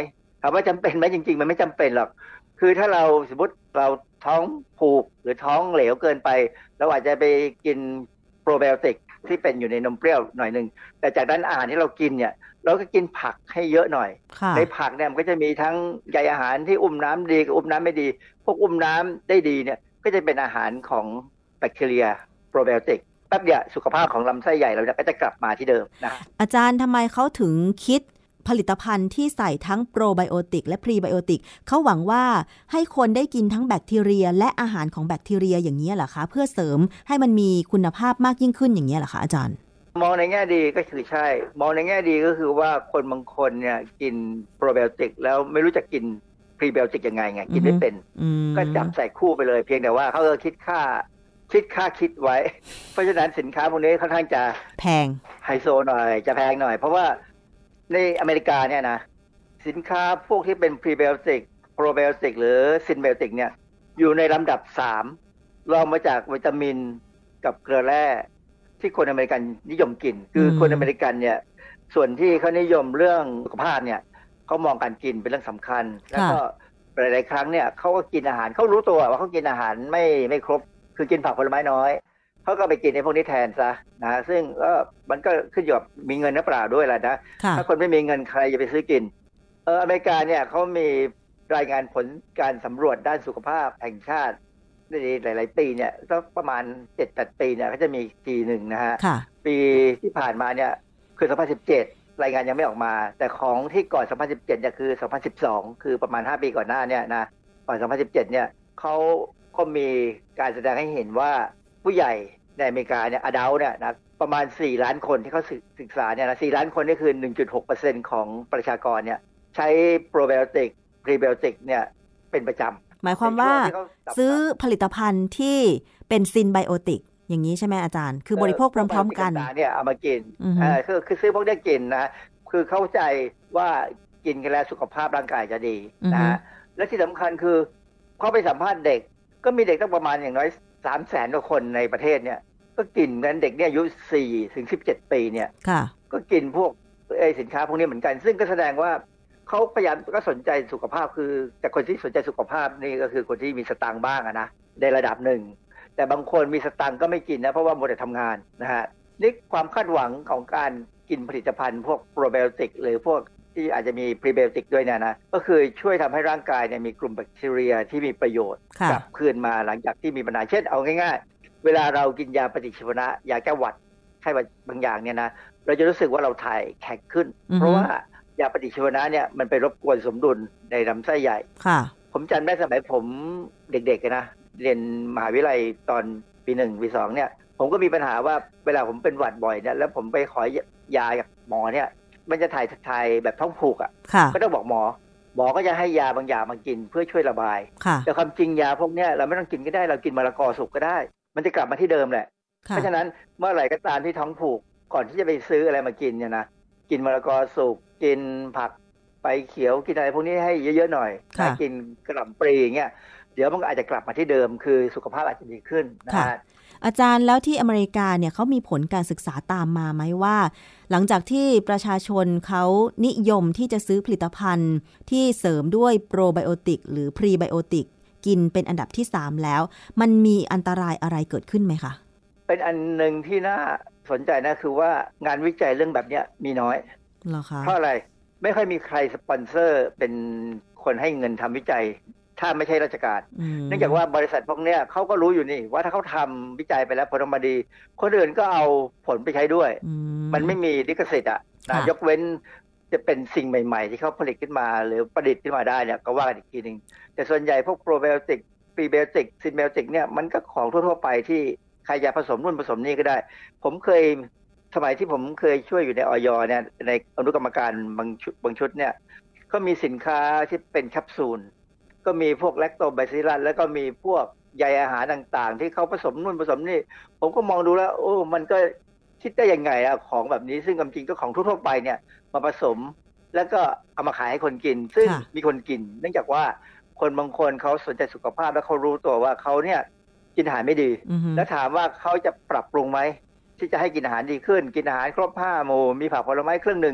ถามว่าจำเป็นไหมจริงๆมันไม่จำเป็นหรอกคือถ้าเราสมมติเราท้องผูกหรือท้องเหลวเกินไปเราอาจจะไปกินโปรไบโอติกที่เป็นอยู่ในนมเปรี้ยวหน่อยนึงแต่จากนั้นอาหารที่เรากินเนี่ยเราก็กินผักให้เยอะหน่อยในผักเนี่ยมันก็จะมีทั้งใยอาหารที่อุ้มน้ำดีกับอุ้มน้ำไม่ดีพวกอุ้มน้ำได้ดีเนี่ยก็จะเป็นอาหารของแบคทีเรียโปรไบโอติกแป๊บเดียวสุขภาพของลำไส้ใหญ่เราก็จะกลับมาที่เดิมนะอาจารย์ทำไมเขาถึงคิดผลิตภัณฑ์ที่ใส่ทั้งโปรไบโอติกและพรีไบโอติกเขาหวังว่าให้คนได้กินทั้งแบคทีเรียและอาหารของแบคทีเรียอย่างนี้เหรอคะเพื่อเสริมให้มันมีคุณภาพมากยิ่งขึ้นอย่างนี้เหรอคะอาจารย์มองในแง่ดีก็คือใช่มองในแง่ดีก็คือว่าคนบางคนเนี่ยกินโปรไบโอติกแล้วไม่รู้จะกินพรีไบโอติกยังไงไงกินไม่เป็นก็จับใส่คู่ไปเลยเพียงแต่ว่าเขาก็คิดค่าคิดค่าคิดไว้เพราะฉะนั้นสินค้าพวกนี้ค่อนข้างจะแพงไฮโซหน่อยจะแพงหน่อยเพราะว่าในอเมริกาเนี่ยนะสินค้าพวกที่เป็นพรีไบโอติกโปรไบโอติกหรือซินไบโอติกเนี่ยอยู่ในลำดับสามรองมาจากวิตามินกับเกลือแร่ที่คนอเมริกันนิยมกินคือคนอเมริกันเนี่ยส่วนที่เขานิยมเรื่องสุขภาพเนี่ยเขามองการกินเป็นเรื่องสำคัญแล้วก็หลายๆครั้งเนี่ยเขาก็กินอาหารเขารู้ตัวว่าเขากินอาหารไม่ไม่ครบคือกินผักผลไม้น้อยเขาก็ไปกินในพวกนี้แทนซะนะซึ่งก็มันก็ขึ้นอยู่กับมีเงินหรือเปล่าด้วยแหละนะถ้าคนไม่มีเงินใครจะไปซื้อกินเอออเมริกาเนี่ยเขามีรายงานผลการสำรวจด้านสุขภาพแห่งชาติในหลายๆปีเนี่ยก็ประมาณ เจ็ดแปด ปีเนี่ยเขาจะมีทีหนึ่งนะฮะปีที่ผ่านมาเนี่ยคือสองพันสิบเจ็ดรายงานยังไม่ออกมาแต่ของที่ก่อนสองพันสิบเจ็ดเนี่ยคือสองพันสิบสองคือประมาณห้าปีก่อนหน้าเนี่ยนะก่อนสองพันสิบเจ็ดเนี่ยเขาก็มีการแสดงให้เห็นว่าผู้ใหญ่ในอเมริกาเนี่ยอดัลเนี่ยนะประมาณสี่ล้านคนที่เขาศึกษาเนี่ยนะสี่ล้านคนนี่คือ หนึ่งจุดหกเปอร์เซ็นต์ ของประชากรเนี่ยใช้โปรไบโอติกพรีไบโอติกเนี่ยเป็นประจำหมายความว่าซื้อผลิตภัณฑ์ที่เป็นซินไบโอติกอย่างนี้ใช่ไหมอาจารย์คือบริโภคพร้อมๆกันเนี่ยเอามากินอ่าคือคือซื้อพวกนี้กินนะคือเข้าใจว่ากินกันแล้วสุขภาพร่างกายจะดีนะและที่สำคัญคือเขาไปสัมภาษณ์เด็กก็มีเด็กตั้งประมาณอย่างน้อยสามแสนกว่าคนในประเทศเนี่ยก็กินกันเด็กเนี่ยอายุสี่ถึงสิบเจ็ดปีเนี่ยก็กินพวกไอ้สินค้าพวกนี้เหมือนกันซึ่งก็แสดงว่าเขาพยายามก็สนใจสุขภาพคือแต่คนที่สนใจสุขภาพนี่ก็คือคนที่มีสตางค์บ้างนะในระดับหนึ่งแต่บางคนมีสตางค์ก็ไม่กินนะเพราะว่ามัวแต่ทำงานนะฮะนี่ความคาดหวังของการกินผลิตภัณฑ์พวกโปรไบโอติกหรือพวกที่อาจจะมีพรีไบโอติกด้วยเนี่ยนะก็คือช่วยทำให้ร่างกายเนี่ยมีกลุ่มแบคทีเรียที่มีประโยชน์กลับคืนมาหลังจากที่มีปัญหาเช่นเอาง่ายๆเวลาเรากินยาปฏิชีวนะยาแก้หวัดไข้หวัดบางอย่างเนี่ยนะเราจะรู้สึกว่าเราถ่ายแข็งขึ้นเพราะว่ายาปฏิชีวนะเนี่ยมันไปรบกวนสมดุลในลำไส้ใหญ่ผมจำได้สมัยผมเด็กๆนะเรียนมหาวิทยาลัยตอนปีหนึ่งปีสองเนี่ยผมก็มีปัญหาว่าเวลาผมเป็นหวัดบ่อยเนี่ยแล้วผมไปขอยาจากหมอเนี่ยมันจะถ่ายถ่ายแบบท้องผูกอ่ะก็ต้องบอกหมอหมอก็จะให้ยาบางอย่างมากินเพื่อช่วยระบายแต่ความจริงยาพวกนี้เราไม่ต้องกินก็ได้เรากินมะละกอสุกก็ได้มันจะกลับมาที่เดิมแหละเพราะฉะนั้นเมื่อไหร่ก็ตามที่ท้องผูกก่อนที่จะไปซื้ออะไรมากินเนี่ยนะกินมะละกอสุกกินผักใบเขียวกินอะไรพวกนี้ให้เยอะๆหน่อยถ้ากินกระหล่ำปลีอย่างเงี้ยเดี๋ยวมันก็อาจจะกลับมาที่เดิมคือสุขภาพอาจจะดีขึ้นนะฮะอาจารย์แล้วที่อเมริกาเนี่ยเขามีผลการศึกษาตามมาไหมว่าหลังจากที่ประชาชนเขานิยมที่จะซื้อผลิตภัณฑ์ที่เสริมด้วยโปรไบโอติกหรือพรีไบโอติกกินเป็นอันดับที่สามแล้วมันมีอันตรายอะไรเกิดขึ้นไหมคะเป็นอันหนึ่งที่น่าสนใจนะคือว่างานวิจัยเรื่องแบบนี้มีน้อยเหรอคะเพราะอะไรไม่ค่อยมีใครสปอนเซอร์เป็นคนให้เงินทำวิจัยถ้าไม่ใช่ราชการเนื่องจากว่าบริษัทพวกนี้เขาก็รู้อยู่นี่ว่าถ้าเขาทำวิจัยไปแล้วผลออกมาดีคนอื่นก็เอาผลไปใช้ด้วยมันไม่มีลิขสิทธิ์อ่ะนะยกเว้นจะเป็นสิ่งใหม่ๆที่เขาผลิตขึ้นมาหรือประดิษฐ์ขึ้นมาได้เนี่ยก็ว่ากันอีกทีนึงแต่ส่วนใหญ่พวกโปรไบโอติกพรีไบโอติกซินไบโอติกเนี่ยมันก็ของทั่วๆไปที่ใครจะผสมนู่นผสมนี่ก็ได้ผมเคยสมัยที่ผมเคยช่วยอยู่ในอย.เนี่ยในอนุกรรมการบางชุดบางชุดเนี่ยก็มีสินค้าที่เป็นแคปซูลก็มีพวกแลคโตไบซิลลัสแล้วก็มีพวกใยอาหารต่างๆที่เขาผสมนู่นผสมนี่ผมก็มองดูแล้วโอ้มันก็คิดได้ยังไงอะของแบบนี้ซึ่งความจริงก็ของทั่วๆไปเนี่ยมาผสมแล้วก็เอามาขายให้คนกินซึ่งมีคนกินเนื่องจากว่าคนบางคนเขาสนใจสุขภาพแล้วเขารู้ตัวว่าเขาเนี่ยกินอาหารไม่ดีแล้วถามว่าเขาจะปรับปรุงไหมที่จะให้กินอาหารดีขึ้นกินอาหารครบห้าหมู่มีผักผลไม้เครื่องหนึ่ง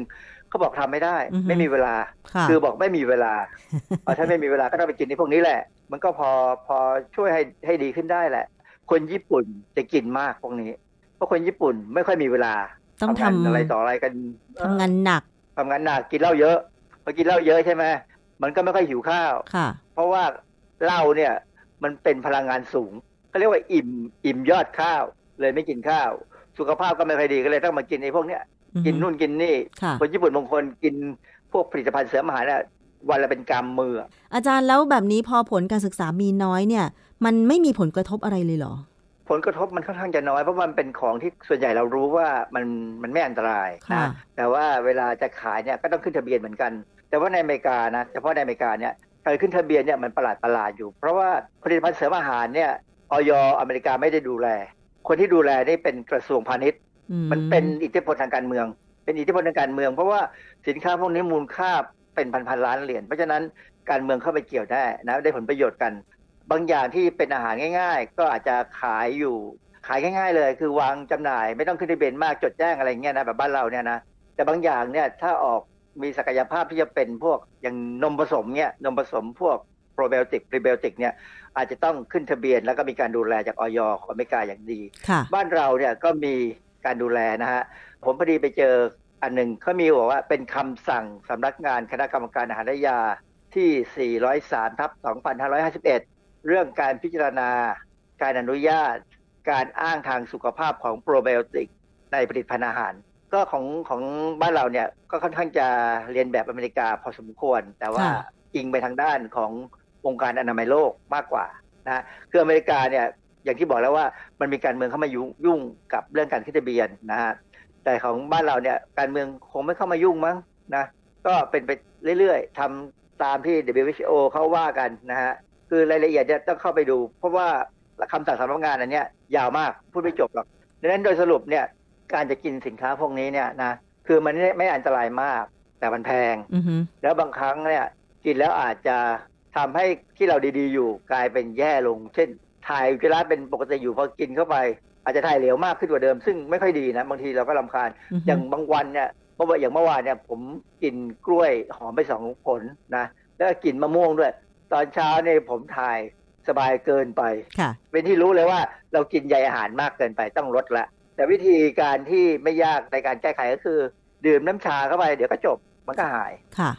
เขาบอกทำไม่ได้ไม่มีเวลาคือบอกไม่มีเวลาถ้าไม่มีเวลาก็ต้องไปกินในพวกนี้แหละมันก็พอพอช่วยให้ให้ดีขึ้นได้แหละคนญี่ปุ่นจะกินมากพวกนี้เพราะคนญี่ปุ่นไม่ค่อยมีเวลาต้องทำอะไรต่ออะไรกันทำงานหนักทำงานหนักกินเหล้าเยอะพอกินเหล้าเยอะใช่ไหมมันก็ไม่ค่อยหิวข้าวเพราะว่าเหล้าเนี่ยมันเป็นพลังงานสูงเขาเรียกว่าอิ่มอิ่มยอดข้าวเลยไม่กินข้าวสุขภาพก็ไม่ค่อยดีก็เลยต้องมากินไอ้พวกเนี้ยกินนู่นกินนี่คนญี่ปุ่นบางคนกินพวกผลิตภัณฑ์เสริมอาหารเนี่ยวันละเป็นกำมืออาจารย์แล้วแบบนี้พอผลการศึกษามีน้อยเนี่ยมันไม่มีผลกระทบอะไรเลยเหรอผลกระทบมันค่อนข้างจะน้อยเพราะมันเป็นของที่ส่วนใหญ่เรารู้ว่ามันมันไม่อันตรายนะแต่ว่าเวลาจะขายเนี่ยก็ต้องขึ้นทะเบียนเหมือนกันแต่ว่าในอเมริกานะเฉพาะในอเมริกาเนี่ยการขึ้นทะเบียนเนี่ยมันประหลาดประหลาดอยู่เพราะว่าผลิตภัณฑ์เสริมอาหารเนี่ยอย.อเมริกาไม่ได้ดูแลคนที่ดูแลนี่เป็นกระทรวงพาณิชย์มันเป็นอิทธิพลทางการเมืองเป็นอิทธิพลทางการเมืองเพราะว่าสินค้าพวกนี้มูลค่าเป็นพันๆล้านเหรียญเพราะฉะนั้นการเมืองเข้าไปเกี่ยวได้นะได้ผลประโยชน์กันบางอย่างที่เป็นอาหารง่ายๆก็อาจจะขายอยู่ขายง่ายๆเลยคือวางจำหน่ายไม่ต้องขึ้นทะเบียนมากจดแจ้งอะไรเงี้ยนะแบบบ้านเราเนี่ยนะแต่บางอย่างเนี่ยถ้าออกมีศักยภาพที่จะเป็นพวกอย่างนมผสมเนี่ยนมผสมพวกโปรไบโอติกพรีไบโอติกเนี่ยอาจจะต้องขึ้นทะเบียนแล้วก็มีการดูแลจากอย.ของอเมริกาอย่างดีบ้านเราเนี่ยก็มีการดูแลนะฮะผมพอดีไปเจออันหนึ่งเขามีบอกว่าเป็นคำสั่งสำนักงานคณะกรรมการอาหารและยาที่สี่ร้อยสามทับสองพันห้าร้อยห้าสิบเอ็ดเรื่องการพิจารณาการอนุญาตการอ้างทางสุขภาพของโปรไบโอติกในผลิตภัณฑ์อาหารก็ของของบ้านเราเนี่ยก็ค่อนข้างจะเรียนแบบอเมริกาพอสมควรแต่ว่าอิงไปทางด้านขององค์การอนามัยโลกมากกว่านะคืออเมริกาเนี่ยอย่างที่บอกแล้วว่ามันมีการเมืองเข้ามายุ่งกับเรื่องการขึ้นทะเบียนนะฮะแต่ของบ้านเราเนี่ยการเมืองคงไม่เข้ามายุ่งมั้งนะก็เป็นไปเรื่อยๆทำตามที่ ดับเบิลยู เอช โอ เขาว่ากันนะฮะคือรายละเอียดเนี่ยต้องเข้าไปดูเพราะว่าคำสั่งสำนักงานอันเนี้ยยาวมากพูดไม่จบหรอกดังนั้นโดยสรุปเนี่ยการจะกินสินค้าพวกนี้เนี่ยนะคือมันไม่อันตรายมากแต่มันแพง uh-huh. แล้วบางครั้งเนี่ยกินแล้วอาจจะทำให้ที่เราดีๆอยู่กลายเป็นแย่ลงเช่นถ่ายอุจจาระเป็นปกติอยู่พอกินเข้าไปอาจจะถ่ายเหลวมากขึ้นกว่าเดิมซึ่งไม่ค่อยดีนะบางทีเราก็รำคาญ uh-huh. อย่างบางวันเนี่ยเมื่ออย่างเมื่อวานเนี่ยผมกินกล้วยหอมไปสองผลนะแล้วก็กินมะม่วงด้วยตอนเช้าเนี่ยผมถ่ายสบายเกินไปเป็นที่รู้เลยว่าเรากินใยอาหารมากเกินไปต้องลดละแต่วิธีการที่ไม่ยากในการแก้ไขก็คือดื่มน้ำชาเข้าไปเดี๋ยวก็จบมันก็หายค่ะ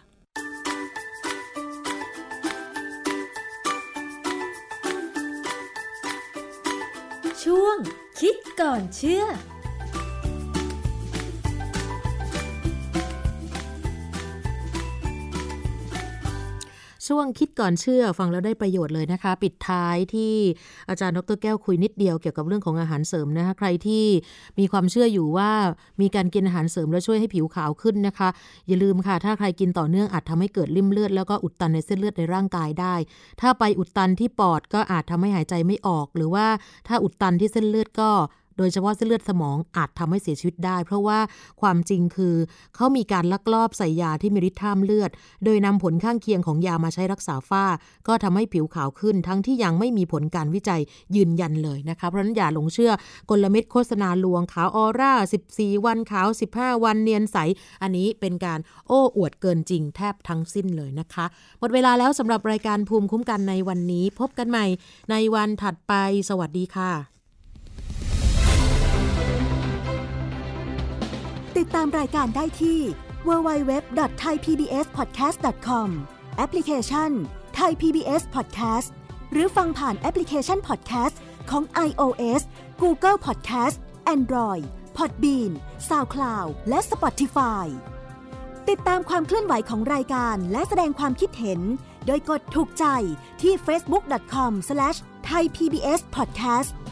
ช่วงคิดก่อนเชื่อช่วงคิดก่อนเชื่อฟังแล้วได้ประโยชน์เลยนะคะปิดท้ายที่อาจารย์ดร.แก้วคุยนิดเดียวเกี่ยวกับเรื่องของอาหารเสริมนะคะใครที่มีความเชื่ออยู่ว่ามีการกินอาหารเสริมแล้วช่วยให้ผิวขาวขึ้นนะคะอย่าลืมค่ะถ้าใครกินต่อเนื่องอาจทำให้เกิดริ่มเลือดแล้วก็อุดตันในเส้นเลือดในร่างกายได้ถ้าไปอุดตันที่ปอดก็อาจทำให้หายใจไม่ออกหรือว่าถ้าอุดตันที่เส้นเลือดก็โดยเฉพาะเส้นเลือดสมองอาจทำให้เสียชีวิตได้เพราะว่าความจริงคือเขามีการลักลอบใส่ยาที่มีฤทธิ์ห้ามเลือดโดยนำผลข้างเคียงของยามาใช้รักษาฝ้าก็ทำให้ผิวขาวขึ้นทั้งที่ยังไม่มีผลการวิจัยยืนยันเลยนะคะเพราะฉะนั้นอย่าหลงเชื่อกลเม็ดโฆษณาลวงขาวออร่าสิบสี่วันขาวสิบห้าวันเนียนใสอันนี้เป็นการโอ้อวดเกินจริงแทบทั้งสิ้นเลยนะคะหมดเวลาแล้วสำหรับรายการภูมิคุ้มกันในวันนี้พบกันใหม่ในวันถัดไปสวัสดีค่ะติดตามรายการได้ที่ ดับเบิลยู ดับเบิลยู ดับเบิลยู ดอท ไทย พี บี เอส พอดแคสต์ ดอท คอม แอปพลิเคชัน Thai พี บี เอส Podcast หรือฟังผ่านแอปพลิเคชัน Podcast ของ iOS Google Podcast Android Podbean SoundCloud และ Spotify ติดตามความเคลื่อนไหวของรายการและแสดงความคิดเห็นโดยกดถูกใจที่ เฟซบุ๊ก ดอท คอม สแลช ไทย พี บี เอส พอดแคสต์